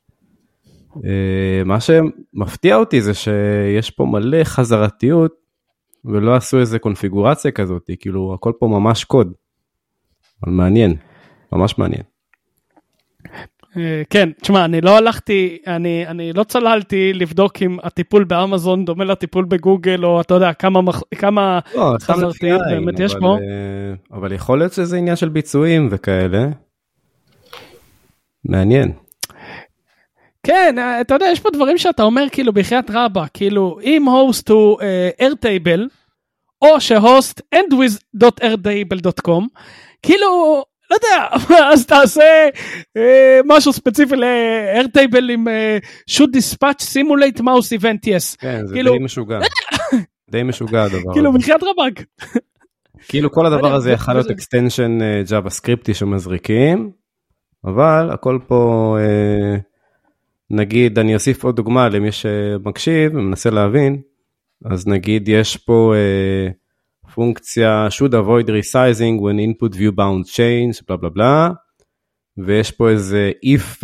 S2: מה שמפתיע אותי זה שיש פה מלא חזרתיות, ולא עשו איזה קונפיגורציה כזאת, כאילו הכל פה ממש קוד. אבל מעניין, ממש מעניין.
S3: כן, תשמע, אני לא הלכתי, אני לא צללתי לבדוק אם הטיפול באמזון דומה לטיפול בגוגל, או אתה יודע, כמה חזרתיות באמת יש פה.
S2: אבל יכול להיות שזה עניין של ביצועים וכאלה. מעניין.
S3: כן, אתה יודע, יש פה דברים שאתה אומר כאילו בחיית רבה, כאילו אם הוסט הוא airtable, או שהוסט endwith.airtable.com, כאילו, לא יודע, אז תעשה משהו ספציפי ל-airtable עם should dispatch simulate mouse event yes.
S2: כן, זה די משוגע. די משוגע הדבר.
S3: כאילו בחיית רבק.
S2: כאילו כל הדבר הזה יכול להיות extension JavaScript שמזריקים, אבל הכל פה... נגיד, אני אוסיף עוד דוגמה למי שמקשיב ומנסה להבין, אז נגיד יש פה פונקציה should avoid resizing when input view bound change, בלה בלה בלה, ויש פה איזה if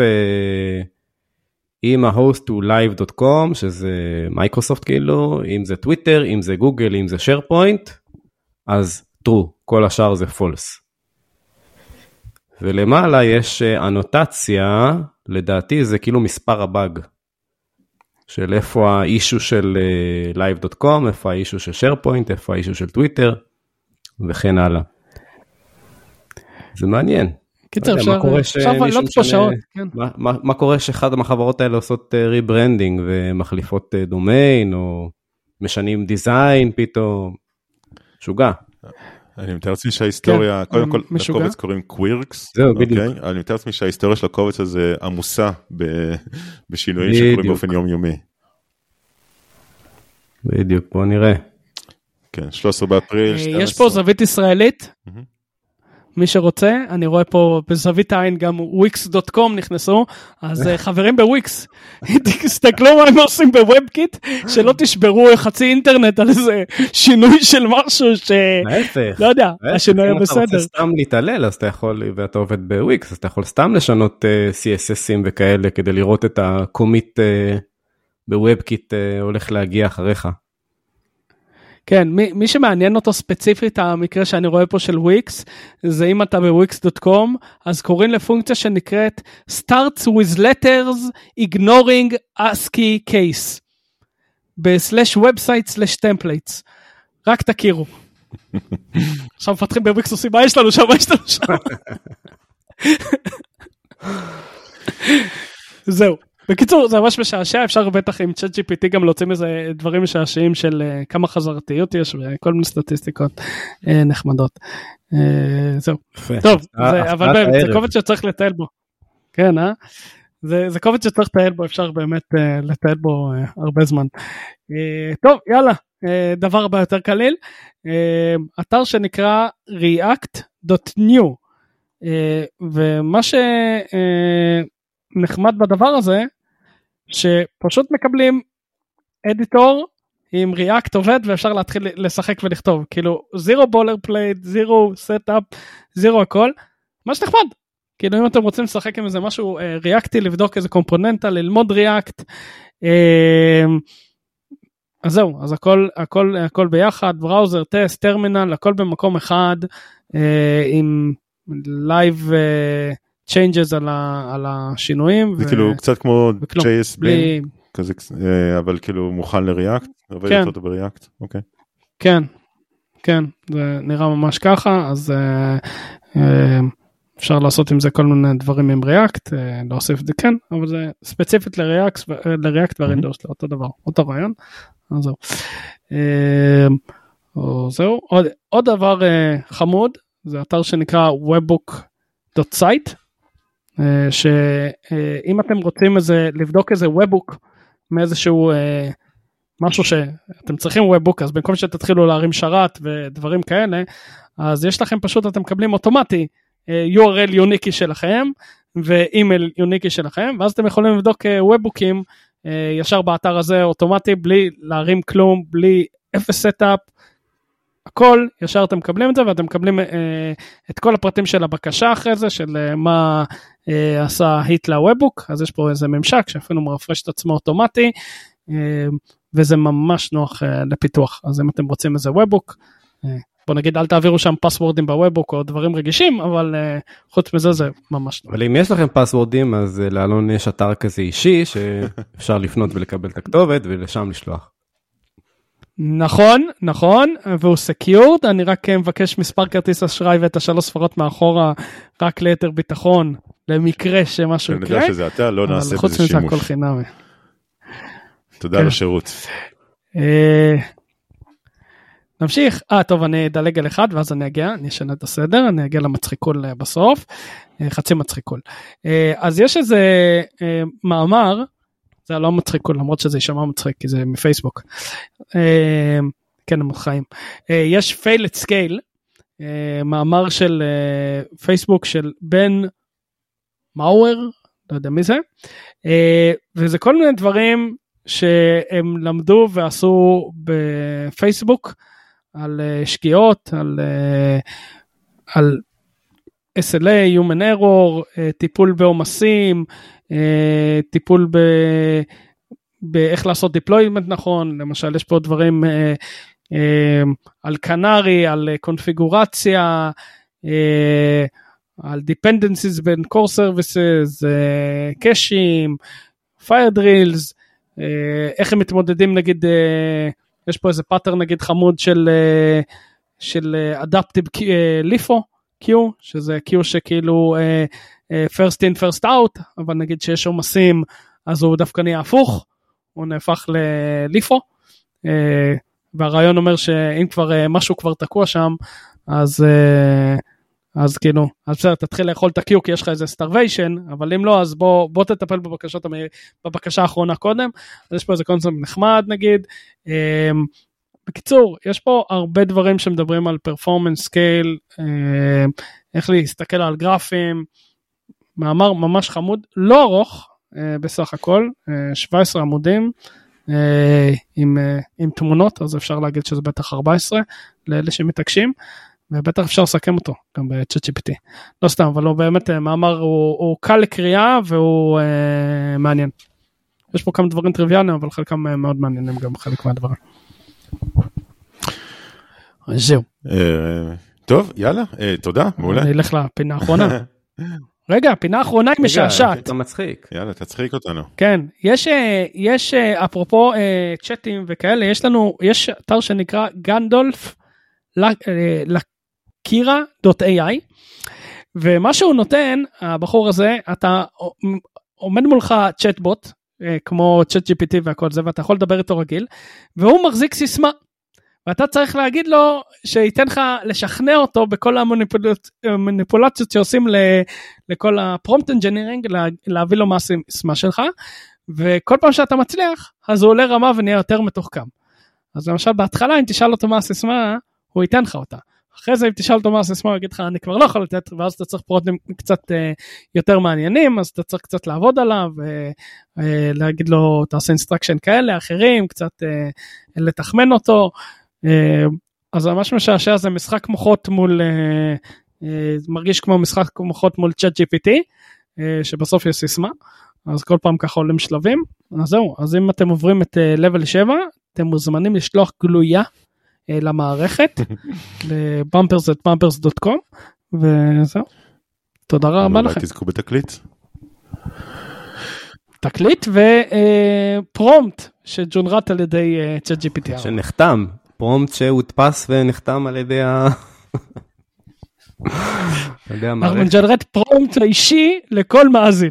S2: אם ה-host הוא live.com, שזה מייקרוסופט כאילו, אם זה טוויטר, אם זה גוגל, אם זה SharePoint, אז true, כל השאר זה false. ולמעלה יש אנוטציה, לדעתי זה כאילו מספר הבאג. של איפה האישו של live.com, איפה האישו של SharePoint, איפה האישו של טוויטר, וכן הלאה. זה מעניין.
S3: קיצר,
S2: מה קורה שאחד מהחברות האלה עושות ריברנדינג ומחליפות דומיין, או משנים דיזיין פתאום, שוגע.
S1: אני מתאר לעצמי שההיסטוריה, קודם כל לקובץ קוראים קווירקס, אני מתאר לעצמי שההיסטוריה של הקובץ הזה עמוסה בשינויים שקורים באופן יומיומי.
S2: בדיוק, בוא נראה.
S1: כן, 13 באפריל.
S3: יש פה זווית ישראלית, מי שרוצה, אני רואה פה בזווית העין גם wix.com נכנסו, אז חברים בוויקס, תסתכלו מה הם עושים בוובקיט, שלא תשברו חצי אינטרנט על איזה שינוי של משהו ש... לא יודע, השינוי היה בסדר.
S2: אם אתה רוצה סתם להתעלל, אז אתה יכול, ואתה עובד בוויקס, אז אתה יכול סתם לשנות CSSים וכאלה, כדי לראות את הקומיט בוובקיט הולך להגיע אחריך.
S3: כן, מי שמעניין אותו ספציפית, המקרה שאני רואה פה של וויקס, זה אם אתה בוויקס.com, אז קוראים לפונקציה שנקראת starts with letters ignoring ASCII case, ב/website/templates, רק תכירו. עכשיו מפתחים בוויקס עושים, מה יש לנו שם, זהו. בקיצור, זה ממש משעשע, אפשר בטח עם ChatGPT גם להוציא מזה דברים משעשעים של כמה חזרתיות יש, וכל מיני סטטיסטיקות נחמדות. זהו. טוב, אבל באמת, זה קובץ שצריך לטייל בו. כן, זה קובץ שצריך לטייל בו, אפשר באמת לטייל בו הרבה זמן. טוב, יאללה, דבר הבא יותר קליל. אתר שנקרא react.new, ומה נחמד בדבר הזה, שפשוט מקבלים אדיטור עם React עובד, ואפשר להתחיל לשחק ולכתוב, כאילו, zero boilerplate, zero setup, zero הכל, מה שנחמד, כאילו אם אתם רוצים לשחק עם איזה משהו Reacti, לבדוק איזה קומפוננטה, ללמוד React, אז זהו, אז הכל ביחד, בראוזר, טסט, טרמינל, הכל במקום אחד, עם live changes על השינויים.
S1: זה כאילו קצת כמו JS bin, כזה, אבל כאילו מוכן לריאקט, עובד אותו בריאקט, אוקיי.
S3: כן, כן, זה נראה ממש ככה, אז אפשר לעשות עם זה כל מיני דברים עם ריאקט, להוסיף את זה כן, אבל זה ספציפית לריאקט והרינדוס, אותו דבר, אותו רעיון, אז זהו. זהו, עוד דבר חמוד, זה אתר שנקרא webbook.site, שאם אתם רוצים לבדוק איזה webbook מאיזשהו משהו שאתם צריכים webbook, אז במקום שתתחילו להרים שרת ודברים כאלה, אז יש לכם פשוט, אתם מקבלים אוטומטי URL יוניקי שלכם ואימייל יוניקי שלכם, ואז אתם יכולים לבדוק webbook'ים ישר באתר הזה אוטומטי, בלי להרים כלום, בלי אפס סטאפ, הכל, ישר אתם מקבלים את זה, ואתם מקבלים את כל הפרטים של הבקשה אחרי זה, של מה עשה היט לוובוק, אז יש פה איזה ממשק, שאפילו מרפרש את עצמו אוטומטי, וזה ממש נוח לפיתוח, אז אם אתם רוצים איזה וובוק, בוא נגיד, אל תעבירו שם פסוורדים בוובוק, או דברים רגישים, אבל חוץ מזה זה ממש נוח.
S2: אבל אם יש לכם פסוורדים, אז לאלון יש אתר כזה אישי, שאפשר לפנות ולקבל את הכתובת, ולשם לשלוח.
S3: נכון, נכון, והוא סקיורד, אני רק מבקש מספר כרטיס אשראי ואת 3 ספרות מאחורה, רק ליתר ביטחון, למקרה שמשהו יקרה.
S1: אני יודע שזה אתה, לא נעשה בזה שימוש.
S3: חוץ מזה הכל חינמי.
S1: תודה על השירות.
S3: נמשיך, טוב, אני אדלג על אחד, ואז אני אשנה את הסדר, אני אגיע למצחיקול בסוף, חצי מצחיקול. אז יש איזה מאמר, זה לא מצחיק, למרות שזה יישמע מצחיק, כי זה מפייסבוק. כן, הם חיים. יש fail at scale, מאמר של פייסבוק של בן מאואר, לא יודע מי זה, וזה כל מיני דברים שהם למדו ועשו בפייסבוק, על שגיאות, על SLA, Human Error, טיפול בעומסים, טיפול באיך לעשות deployment נכון, למשל יש פה דברים על קנרי, על קונפיגורציה, על dependencies בין core services, קאשים, fire drills, איך הם מתמודדים נגיד, יש פה איזה פאטרן נגיד חמוד של Adaptive LIFO Q, שזה Q שכאילו first in first out, אבל נגיד שיש עומסים, אז הוא דווקא נהיה הפוך, הוא נהפך ל-LIFO, והרעיון אומר שאם כבר משהו כבר תקוע שם, אז כאילו, אז בסדר, תתחיל לאכול את ה-Q, כי יש לך איזה starvation, אבל אם לא, אז בוא תטפל בבקשה האחרונה קודם, אז יש פה איזה קונספט נחמד נגיד, בקיצור, יש פה הרבה דברים שמדברים על performance scale, איך להסתכל על גרפים, מאמר ממש חמוד, לא ארוך בסך הכל, 17 עמודים, עם תמונות, אז אפשר להגיד שזה בטח 14, לאלה שמתעקשים, ובטח אפשר לסכם אותו, גם ב-ChatGPT. לא סתם, אבל הוא באמת, מאמר הוא קל לקריאה, והוא מעניין. יש פה כמה דברים טריוויאליים, אבל חלקם מאוד מעניינים גם חלק מהדברים. זהו.
S1: טוב, יאללה, תודה, מעולה.
S3: אני אלך לפינה האחרונה. רגע, הפינה האחרונה היא משעשעת.
S2: אתה מצחיק.
S1: יאללה, תצחיק אותנו.
S3: כן, יש אפרופו צ'אטים וכאלה, יש אתר שנקרא גנדולף לקירה.ai, ומה שהוא נותן, הבחור הזה, אתה עומד מולך צ'אטבוט, כמו ChatGPT והכל זה, ואתה יכול לדבר איתו רגיל, והוא מחזיק סיסמה, ואתה צריך להגיד לו, שייתן לך לשכנע אותו, בכל המניפולציות שעושים לכל הפרומפט אנג'ינירינג, להביא לו מה הסיסמה שלך, וכל פעם שאתה מצליח, אז הוא עולה רמה ונהיה יותר מתוחכם. אז למשל, בהתחלה, אם תשאל אותו מה הסיסמה, הוא ייתן לך אותה. אחרי זה, אם תשאל אותו מה הסיסמה, הוא יגיד לך, אני כבר לא יכול לתת, ואז אתה צריך פרוטים קצת יותר מעניינים, אז אתה צריך קצת לעבוד עליו, ולהגיד לו, תעשה אינסטרקשן כאלה, אחרים, קצת לתחמן אותו. אז ממש משעשע, זה משחק מוחות מול, מרגיש כמו משחק מוחות מול ChatGPT, שבסוף יש סיסמה, אז כל פעם ככה עולים שלבים. אז זהו, אז אם אתם עוברים את level 7, אתם מוזמנים לשלוח גלויה, למערכת, ל-bumpers@bumpers.com, וזהו. תודה רבה לכם.
S1: אולי תזכו בתקליט.
S3: תקליט ופרומפט שג'ונרט על ידי ChatGPT.
S2: שנחתם, פרומפט שהודפס ונחתם על ידי
S3: אנחנו נג'נרט פרומפט אישי לכל מאזין.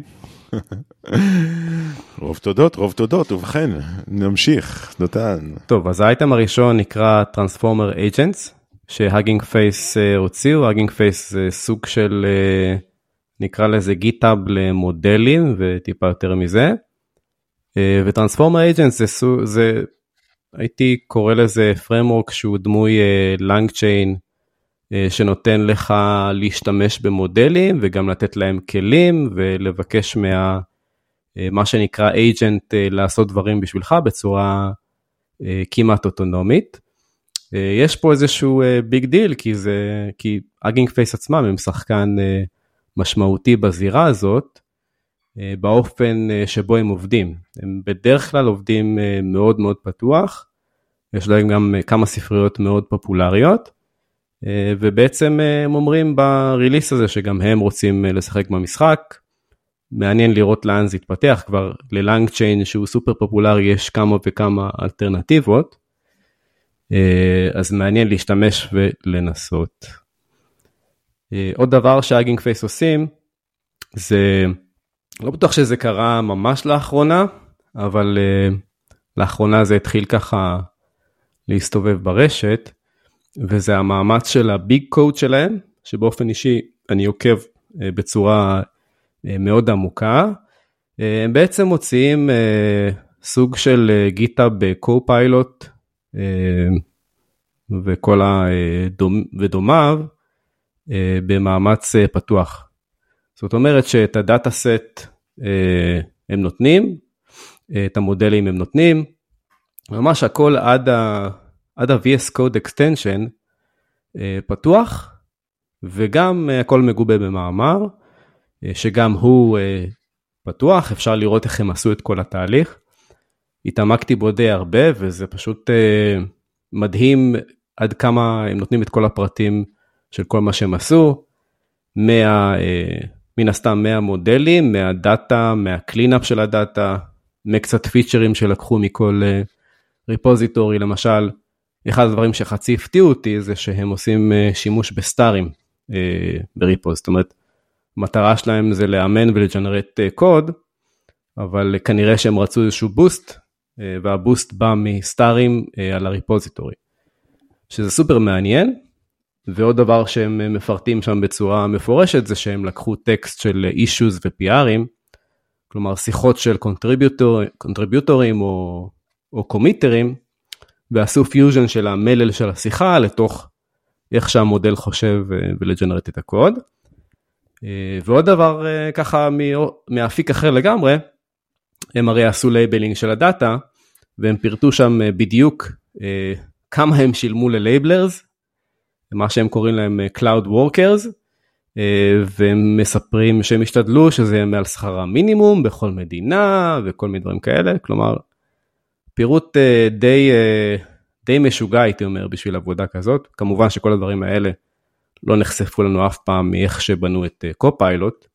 S1: רוב תודות, ובכן, נמשיך, דותן.
S2: טוב, אז האייטם הראשון נקרא Transformer Agents, שהאגינג פייס הוציאו, האגינג פייס זה סוג של, נקרא לזה גיטאב למודלים, וטיפה יותר מזה, ו-Transformer Agents זה, הייתי קורא לזה framework שהוא דמוי LangChain, שנותן לך להשתמש במודלים, וגם לתת להם כלים, ולבקש מה שנקרא agent לעשות דברים בשבילך, בצורה כמעט אוטונומית. יש פה איזשהו ביג דיל, כי Hugging Face עצמם הם שחקן משמעותי בזירה הזאת, באופן שבו הם עובדים. הם בדרך כלל עובדים מאוד מאוד פתוח, יש להם גם כמה ספריות מאוד פופולריות, ובעצם הם אומרים בריליס הזה שגם הם רוצים לשחק במשחק, מעניין לראות לאן זה יתפתח, כבר ללנגצ'יין שהוא סופר פופולרי יש כמה וכמה אלטרנטיבות, אז מעניין להשתמש ולנסות. עוד דבר שהאגינג פייס עושים, זה לא בטוח שזה קרה ממש לאחרונה, אבל לאחרונה זה התחיל ככה להסתובב ברשת, וזה המאמץ של הביג קוד שלהם, שבאופן אישי אני עוקב בצורה מאוד עמוקה. הם בעצם מוציאים סוג של גיטאב בקו-פיילוט, וכל ודומיו, במאמץ פתוח. זאת אומרת שאת הדאטה סט הם נותנים, את המודלים הם נותנים, ממש הכל עד ה-VS Code Extension פתוח, וגם הכל מגובה במאמר, שגם הוא פתוח, אפשר לראות איך הם עשו את כל התהליך. התעמקתי בו די הרבה, וזה פשוט מדהים עד כמה הם נותנים את כל הפרטים של כל מה שהם עשו, מן הסתם מהמודלים, מהדאטה, מהקלינאפ של הדאטה, מקצת פיצ'רים שלקחו מכל ריפוזיטורי, למשל, אחד הדברים שחצי הפתיעו אותי, זה שהם עושים שימוש בסטארים בריפוז, זאת אומרת, המטרה שלהם זה לאמן ולג'נרט קוד, אבל כנראה שהם רצו איזשהו בוסט, והבוסט בא מסטארים על הריפוזיטורי, שזה סופר מעניין, ועוד דבר שהם מפרטים שם בצורה מפורשת, זה שהם לקחו טקסט של issues ו-PRים, כלומר שיחות של קונטריביוטורים או קומיטרים, ועשו פיוז'ן של המלל של השיחה, לתוך איך שהמודל חושב ולג'נרט את הקוד. ועוד דבר ככה מאפיק אחר לגמרי, הם הרי עשו לייבלינג של הדאטה, והם פירטו שם בדיוק כמה הם שילמו ללייבלרס, מה שהם קוראים להם Cloud Workers, והם מספרים שהם השתדלו שזה מעל שכר המינימום בכל מדינה, וכל מיני דברים כאלה, כלומר, פירוט די משוגע, הייתי אומר, בשביל עבודה כזאת, כמובן שכל הדברים האלה לא נחשפו לנו אף פעם מאיך שבנו את קופיילוט,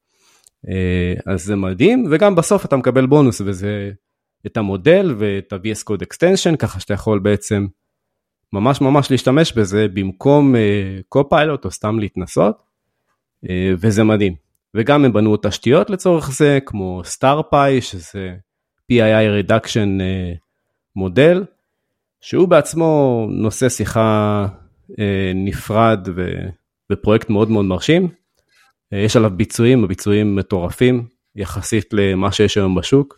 S2: אז זה מדהים, וגם בסוף אתה מקבל בונוס, וזה את המודל ואת ה-VS Code Extension, ככה שאתה יכול בעצם ממש ממש להשתמש בזה, במקום קופיילוט או סתם להתנסות, וזה מדהים. וגם הם בנו תשתיות לצורך זה, כמו StarPy, שזה PII Reduction מודל, שהוא בעצמו נושא שיחה נפרד ופרויקט מאוד מאוד מרשים. יש עליו ביצועים מטורפים, יחסית למה שיש היום בשוק.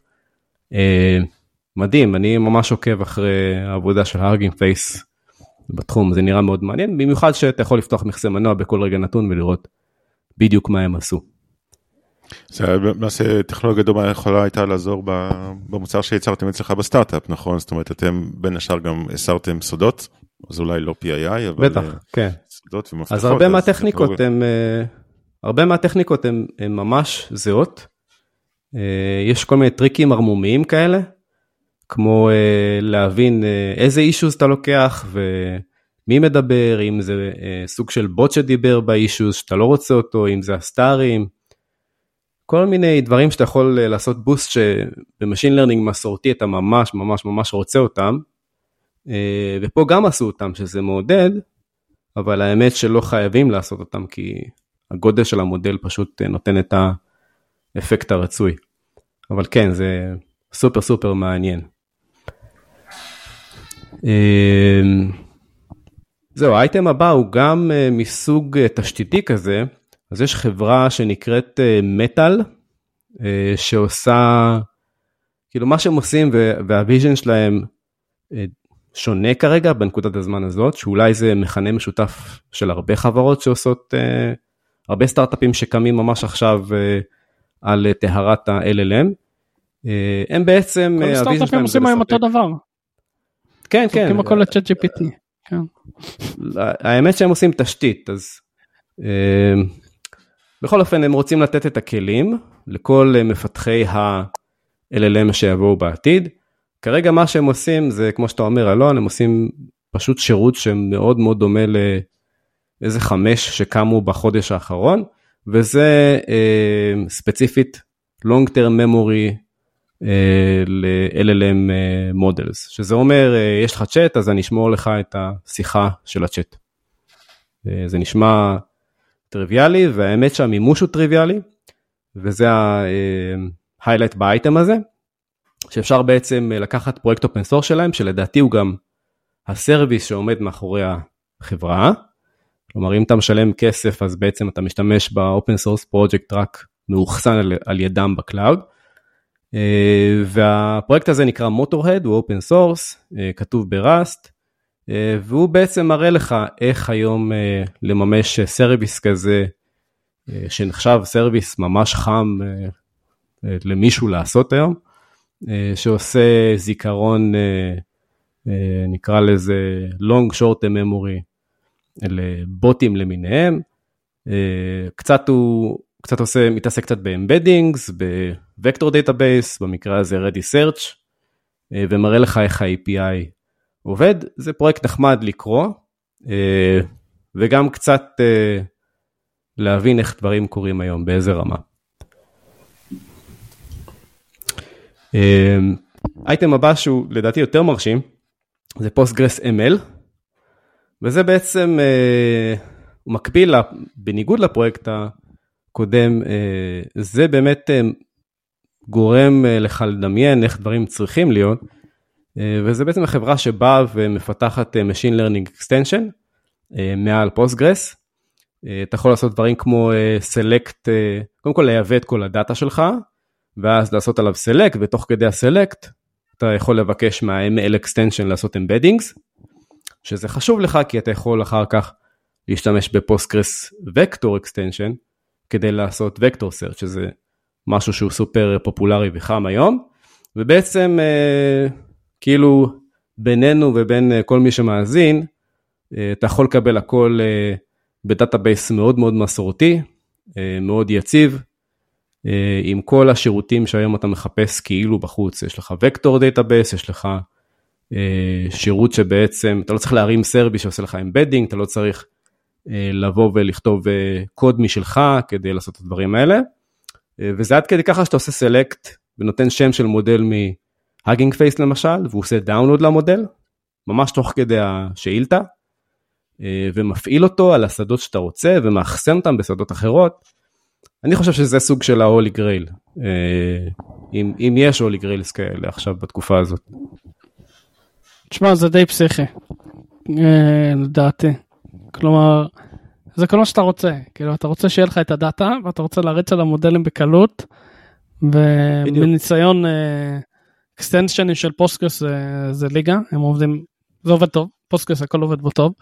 S2: מדהים, אני ממש עוקב אחרי העבודה של Hugging Face בתחום, זה נראה מאוד מעניין, במיוחד שאתה יכול לפתוח מכסה מנוע בכל רגע נתון ולראות בדיוק מה הם עשו.
S1: זה למעשה טכנולוגיה דומה יכולה הייתה לעזור במוצר שיצרתם אצלך בסטארט-אפ, נכון? זאת אומרת, אתם בין השאר גם הסרתם סודות, אז אולי לא PII, אבל
S2: בטח, כן.
S1: סודות ומפתחות.
S2: אז הרבה מהטכניקות הן ממש זהות, יש כל מיני טריקים ערמומיים כאלה, כמו להבין איזה אישוז אתה לוקח, ומי מדבר, אם זה סוג של בוט שדיבר באישוז, שאתה לא רוצה אותו, אם זה הסטארים, כל מיני דברים שאתה יכול לעשות בוסט, שבמשין לרנינג מסורתי אתה ממש ממש ממש רוצה אותם, ופה גם עשו אותם שזה מעודד, אבל האמת שלא חייבים לעשות אותם, כי הגודל של המודל פשוט נותן את האפקט הרצוי. אבל כן, זה סופר סופר מעניין. זהו, האייטם הבא הוא גם מסוג תשתיתי כזה, אז יש חברה שנקראת מטל, שעושה, כאילו מה שהם עושים והוויז'ן שלהם שונה כרגע בנקודת הזמן הזאת, שאולי זה מכנה משותף של הרבה חברות שעושות, הרבה סטארט-אפים שקמים ממש עכשיו על טהרת ה-LLM, הם בעצם,
S3: כל סטארט-אפים עושים היום אותו דבר.
S2: כן, כן.
S3: כמו כל ה-Chat GPT.
S2: האמת שהם עושים תשתית, אז בכל אופן הם רוצים לתת את הכלים לכל מפתחי ה-LLM שיבואו בעתיד. כרגע מה שהם עושים זה, כמו שאתה אומר אלון, הם עושים פשוט שירות שמאוד מאוד דומה לאיזה 5 שקמו בחודש האחרון, וזה ספציפית long term memory ל-LLM models, שזה אומר, יש לך צ'אט, אז אני אשמור לך את השיחה של הצ'אט. זה נשמע טריוויאלי, והאמת שהמימוש הוא טריוויאלי, וזה ה-highlight באייטם הזה, שאפשר בעצם לקחת פרויקט אופן סורס שלהם, שלדעתי הוא גם הסרוויס שעומד מאחורי החברה, כלומר אם אתה משלם כסף, אז בעצם אתה משתמש באופן סורס פרויקט רק מאוחסן על ידם בקלאוד, והפרויקט הזה נקרא Motorhead, הוא אופן סורס, כתוב בראסט, והוא בעצם מראה לך איך היום לממש סרוויס כזה, שנחשב סרוויס ממש חם למישהו לעשות היום, שעושה זיכרון, נקרא לזה long short memory, לבוטים למיניהם, קצת מתעסק קצת באמבדינגס, בווקטור דאטאבייס, במקרה הזה Ready Search, ומראה לך איך ה-API עובד. זה פרויקט נחמד לקרוא, וגם קצת להבין איך דברים קורים היום, באיזה רמה. האייטם הבא שהוא לדעתי יותר מרשים, זה PostgreSML, וזה בעצם, הוא מקביל, בניגוד לפרויקט הקודם, זה באמת גורם לך לדמיין איך דברים צריכים להיות, וזה בעצם החברה שבאה ומפתחת Machine Learning Extension, מעל Postgres, אתה יכול לעשות דברים כמו Select, קודם כל להיווה את כל הדאטה שלך, ואז לעשות עליו Select, ותוך כדי ה-Select, אתה יכול לבקש מה-ML Extension לעשות Embeddings, שזה חשוב לך, כי אתה יכול אחר כך להשתמש ב-Postgres Vector Extension, כדי לעשות Vector Search, שזה משהו שהוא סופר פופולרי וחם היום, ובעצם כאילו בינינו ובין כל מי שמאזין, אתה יכול לקבל הכל בדאטאבייס מאוד מאוד מסורתי, מאוד יציב, עם כל השירותים שהיום אתה מחפש כאילו בחוץ, יש לך וקטור דאטאבייס, יש לך שירות שבעצם, אתה לא צריך להרים סרבי שעושה לך אמבדינג, אתה לא צריך לבוא ולכתוב קוד משלך כדי לעשות את הדברים האלה, וזה עד כדי ככה שאתה עושה סלקט, ונותן שם של מודל מהגינג פייס למשל, והוא עושה דאונלוד למודל, ממש תוך כדי השאילתה, ומפעיל אותו על השדות שאתה רוצה, ומאחסן אותם בשדות אחרות. אני חושב שזה סוג של ההולי גרייל, אם יש הולי גריילס כאלה עכשיו בתקופה הזאת.
S3: תשמע, זה די פסיכי, לדעתי. כלומר, זה כל מה שאתה רוצה. כאילו, אתה רוצה שיהיה לך את הדאטה, ואתה רוצה להריץ על המודלים בקלות, ובניסיון אקסטנשנים של פוסטגרס זה ליגה, הם עובדים, זה עובד טוב, פוסטגרס הכל עובד בו טוב.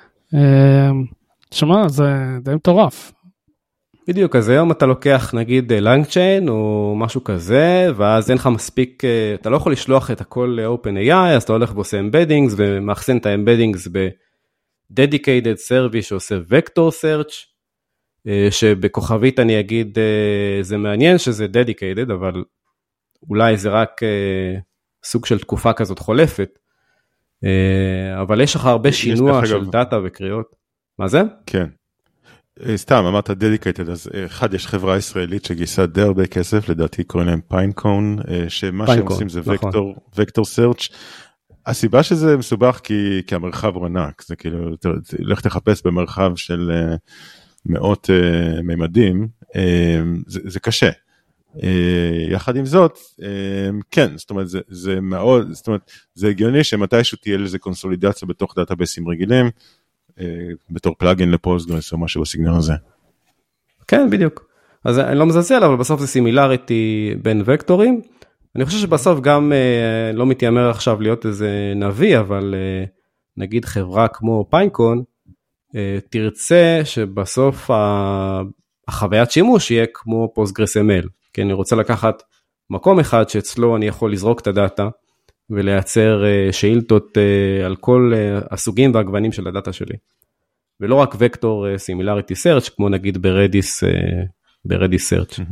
S3: תשמע, זה די מטורף.
S2: בדיוק, אז היום אתה לוקח נגיד LangChain או משהו כזה, ואז אין לך מספיק, אתה לא יכול לשלוח את הכל ל-OpenAI, אז אתה הולך ועושה embeddings, ומאחסן את ה-embeddings ב-dedicated service שעושה vector search, שבכוכבית אני אגיד, זה מעניין שזה dedicated, אבל אולי זה רק סוג של תקופה כזאת חולפת, אבל יש לך הרבה שינוע של דאטה וקריאות. מה זה?
S1: כן. סתם, אמרת dedicated, אז אחד, יש חברה ישראלית שגייסה די הרבה כסף, לדעתי קוראים להם פיינקון, שמה שהם עושים זה וקטור סרצ'. הסיבה שזה מסובך כי המרחב הוא ענק, זה כאילו, לך תחפש במרחב של מאות מימדים, זה קשה. יחד עם זאת, כן, זאת אומרת, זה מאוד, זאת אומרת, זה הגיוני שמתישהו תהיה לזה קונסולידציה בתוך דאטאבייסים רגילים, בתור פלאגין לפוסטגרס או משהו בסגנון הזה.
S2: כן, בדיוק. אז אני לא מזלזל, אבל בסוף זה סימילריטי בין וקטורים. אני חושב שבסוף גם לא מתיימר עכשיו להיות איזה נביא, אבל נגיד חברה כמו פיינקון, תרצה שבסוף החוויית שימוש יהיה כמו PostgreSML. כי אני רוצה לקחת מקום אחד שאצלו אני יכול לזרוק את הדאטה, ולייצר שאילתות על כל הסוגים והגוונים של הדאטה שלי. ולא רק וקטור סימילריטי סרצ' כמו נגיד ברדיס סרצ'.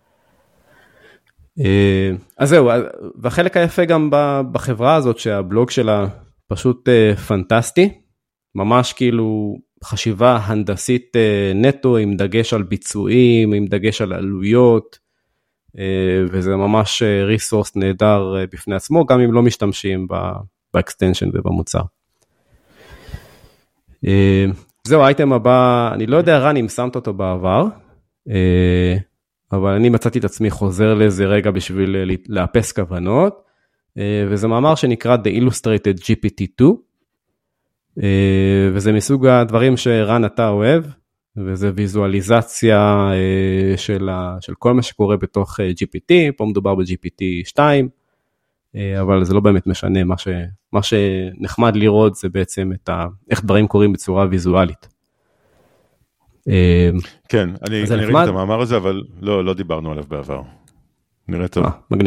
S2: אז זהו, והחלק היפה גם בחברה הזאת שהבלוג שלה פשוט פנטסטי, ממש כאילו חשיבה הנדסית נטו עם דגש על ביצועים, עם דגש על עלויות, וזה ממש ריסורס נהדר בפני עצמו, גם אם לא משתמשים באקסטנשן ובמוצר. זהו, האייטם הבא, אני לא יודע רן אם שמת אותו בעבר, אבל אני מצאתי את עצמי חוזר לזה רגע בשביל לאפס כוונות, וזה מאמר שנקרא The Illustrated GPT-2, וזה מסוג הדברים שרן אתה אוהב, וזה ויזואליזציה של כל מה שקורה בתוך GPT, פה מדובר ב-GPT-2, אבל זה לא באמת משנה, מה שנחמד לראות זה בעצם איך דברים קורים בצורה ויזואלית.
S1: כן, אני ראיתי את המאמר הזה, אבל לא דיברנו עליו בעבר. נראה טוב.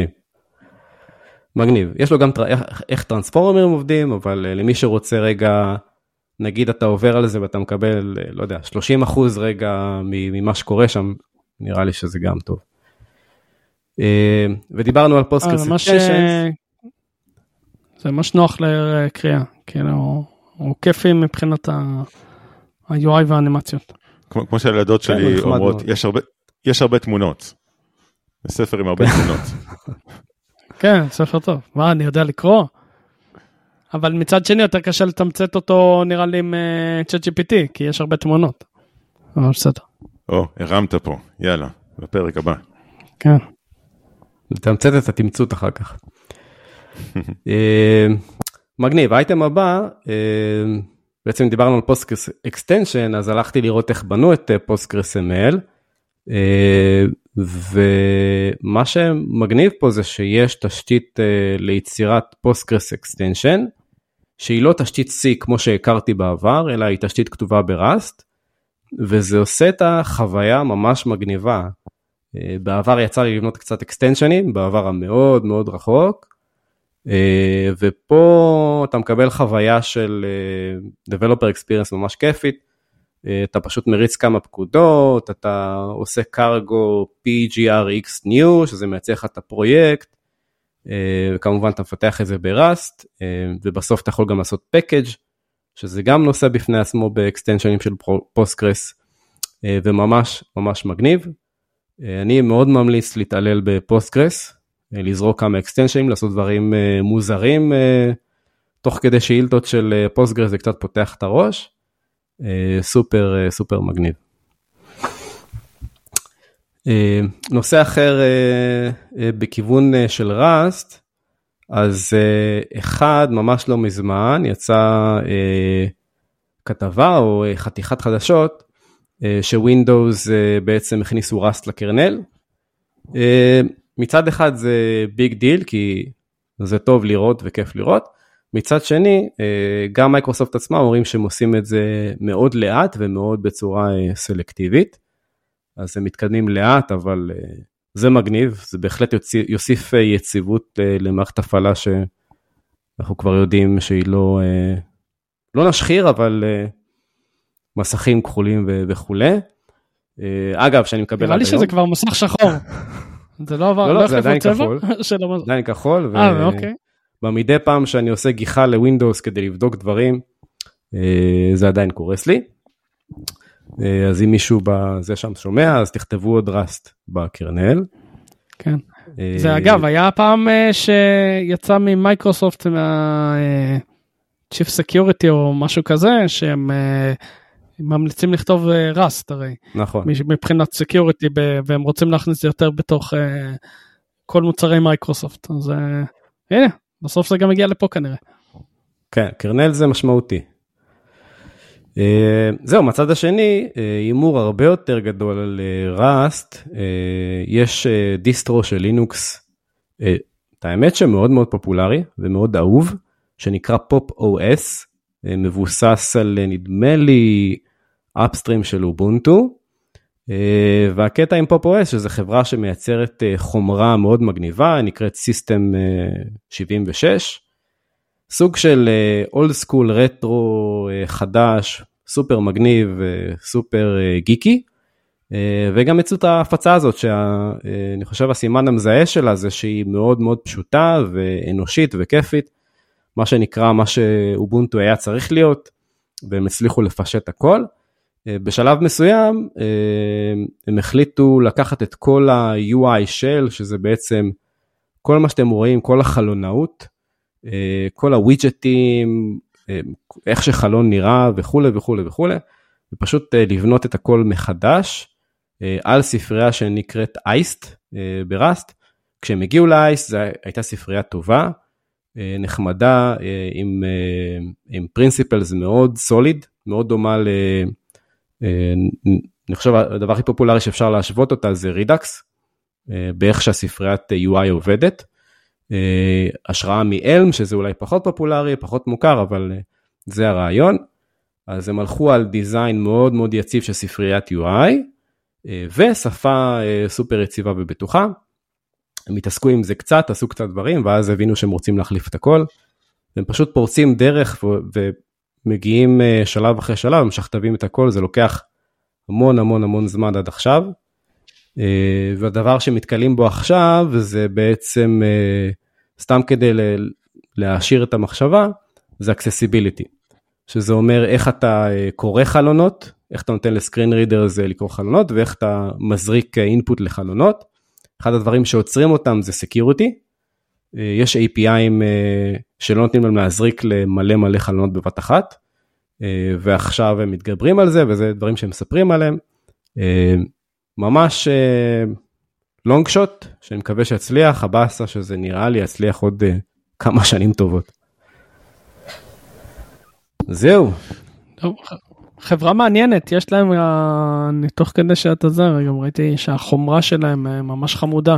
S2: מגניב. יש לו גם איך טרנספורמרים עובדים, אבל למי שרוצה רגע, נגיד אתה עובר על זה ואתה מקבל, לא יודע, 30% רגע ממה שקורה שם, נראה לי שזה גם טוב. ודיברנו על פוסטגרס אקסטנשנס.
S3: זה ממש נוח לקריאה, כאילו, הוא כיפי מבחינת ה-UI והאנימציות.
S1: כמו שהילדות שלי אומרות, יש הרבה תמונות. זה ספר עם הרבה תמונות.
S3: כן, ספר טוב. מה, אני יודע לקרוא? אבל מצד שני יותר קשה לתמצת אותו נראה לי עם ChatGPT, כי יש הרבה תמונות. אבל בסדר.
S1: הרמת פה, יאללה, בפרק הבא.
S3: כן.
S2: לתמצת את התמצות אחר כך. מגניב, האייטם הבא, בעצם דיברנו על Postgres Extension, אז הלכתי לראות איך בנו את PostgreSML, ומה שמגניב פה זה שיש תשתית ליצירת Postgres Extension, שהיא לא תשתית C כמו שהכרתי בעבר, אלא היא תשתית כתובה ברסט, וזה עושה את החוויה ממש מגניבה. בעבר יצא לי לבנות קצת אקסטנשנים, בעבר המאוד מאוד רחוק, ופה אתה מקבל חוויה של Developer Experience ממש כיפית, אתה פשוט מריץ כמה פקודות, אתה עושה קרגו PGRX New, שזה מייצר לך את הפרויקט, וכמובן אתה מפתח את זה ברסט, ובסוף אתה יכול גם לעשות פקאג', שזה גם נושא בפני עצמו באקסטנשנים של פוסטגרס, וממש ממש מגניב. אני מאוד ממליץ להתעלל בפוסטגרס, לזרוק כמה אקסטנשנים, לעשות דברים מוזרים, תוך כדי שאילתות של פוסטגרס, זה קצת פותח את הראש, סופר סופר מגניב. נושא אחר בכיוון של ראסט, אז אחד ממש לא מזמן יצא כתבה או חתיכת חדשות, שווינדוס בעצם הכניסו ראסט לקרנל. מצד אחד זה ביג דיל, כי זה טוב לראות וכיף לראות. מצד שני, גם מייקרוסופט עצמם אומרים שהם עושים את זה מאוד לאט ומאוד בצורה סלקטיבית. אז הם מתקדמים לאט, אבל זה מגניב, זה בהחלט יוסיף יציבות למערכת הפעלה שאנחנו כבר יודעים שהיא לא נשחיר, אבל מסכים כחולים וכו'. אגב, שאני מקבל
S3: נראה לי שזה כבר מסך שחור. זה לא עבר,
S2: לא, זה עדיין כחול. עדיין כחול, ומדי פעם שאני עושה גיחה לווינדוס כדי לבדוק דברים, זה עדיין קורס לי. אז אם מישהו בזה שם שומע, אז תכתבו עוד ראסט בקרנל.
S3: כן. זה אגב, היה פעם שיצא ממייקרוסופט, מה-Chief Security או משהו כזה, שהם ממליצים לכתוב ראסט הרי.
S2: נכון.
S3: מבחינת Security, והם רוצים להכניס זה יותר בתוך כל מוצרי מייקרוסופט. אז הנה, בסוף זה גם הגיע לפה כנראה.
S2: כן, קרנל זה משמעותי. זהו, מצד השני, אימור הרבה יותר גדול על ראסט, יש דיסטרו של לינוקס, את האמת שמאוד מאוד פופולרי ומאוד אהוב, שנקרא PopOS, מבוסס על נדמה לי אפסטרים של אובונטו, והקטע עם PopOS, שזו חברה שמייצרת חומרה מאוד מגניבה, נקראת System 76, סוג של אולד סקול רטרו חדש, סופר מגניב, סופר גיקי, וגם יצאו את ההפצה הזאת, שאני חושב הסימן המזהה שלה, זה שהיא מאוד מאוד פשוטה ואנושית וכיפית, מה שנקרא, מה שאובונטו היה צריך להיות, והם הצליחו לפשט הכל. בשלב מסוים, הם החליטו לקחת את כל ה-UI של, שזה בעצם כל מה שאתם רואים, כל החלונאות, כל הווידג'טים, איך שחלון נראה וכו' וכו' וכו', ופשוט לבנות את הכל מחדש, על ספרייה שנקראת אייסט בראסט. כשהם הגיעו לאייסט, זו הייתה ספרייה טובה, נחמדה, עם פרינסיפלס מאוד סוליד, מאוד דומה אני חושב הדבר הכי פופולרי שאפשר להשוות אותה זה רידקס, באיך שהספריית UI עובדת, השראה מאלם, שזה אולי פחות פופולרי, פחות מוכר, אבל זה הרעיון. אז הם הלכו על דיזיין מאוד מאוד יציב של ספריית UI, ושפה סופר יציבה ובטוחה. הם התעסקו עם זה קצת, עשו קצת דברים, ואז הבינו שהם רוצים להחליף את הכל. הם פשוט פורצים דרך, ומגיעים שלב אחרי שלב, משכתבים את הכל, זה לוקח המון המון המון זמן עד עכשיו. והדבר שמתקלים בו עכשיו, זה בעצם סתם כדי להשאיר את המחשבה, זה accessibility, שזה אומר איך אתה קורא חלונות, איך אתה נותן לסקרין רידרס לקרוא חלונות, ואיך אתה מזריק אינפוט לחלונות. אחד הדברים שעוצרים אותם זה security, יש API'ים שלא נותנים להם להזריק למלא מלא חלונות בבת אחת, ועכשיו הם מתגברים על זה, וזה דברים שהם מספרים עליהם. ממש לונג שוט, שאני מקווה שיצליח, הבאסה שזה נראה לי יצליח עוד כמה שנים טובות. זהו.
S3: חברה מעניינת, יש להם, תוך כדי שאתה זר, גם ראיתי שהחומרה שלהם ממש חמודה.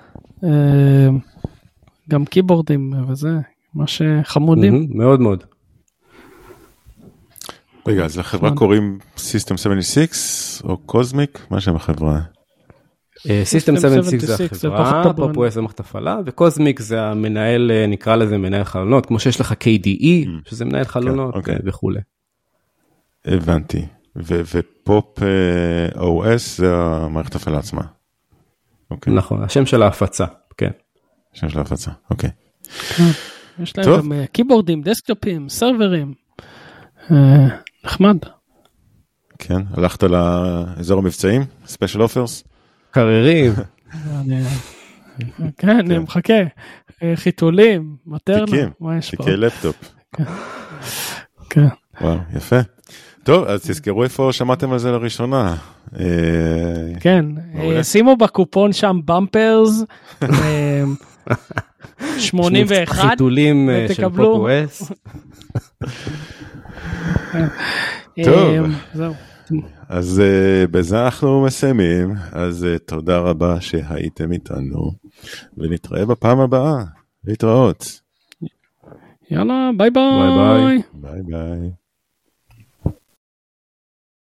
S3: גם קיבורדים וזה, ממש חמודים.
S2: מאוד מאוד.
S1: רגע, אז לחברה קוראים System 76 או Cosmic? מה שם החברה?
S2: System 76 זה החברה, פרופואס זה מערכת הפעלה, וקוזמיק זה המנהל, נקרא לזה מנהל חלונות, כמו שיש לך KDE, שזה מנהל חלונות וכו'.
S1: הבנתי. ופופ OS זה המערכת הפעלה עצמה.
S2: נכון, השם של ההפצה, כן.
S1: השם של ההפצה, אוקיי.
S3: יש להם גם קיבורדים, דסקטופים, סרברים. נחמד.
S1: כן, הלכת לאזור המבצעים? ספיישל אופרס?
S2: קררים.
S3: כן, אני מחכה. חיתולים, מטרנה, מה יש פה?
S1: תיקי לפטופ.
S3: כן.
S1: וואו, יפה. טוב, אז תזכרו איפה שמעתם על זה לראשונה.
S3: כן, שימו בקופון שם במפרס, 81.
S2: חיתולים של פופ-אוס.
S1: טוב.
S3: זהו.
S1: אז בזה אנחנו מסיימים, אז תודה רבה שהייתם איתנו, ונתראה בפעם הבאה. להתראות.
S3: יאללה, ביי ביי.
S2: ביי ביי.
S1: ביי ביי.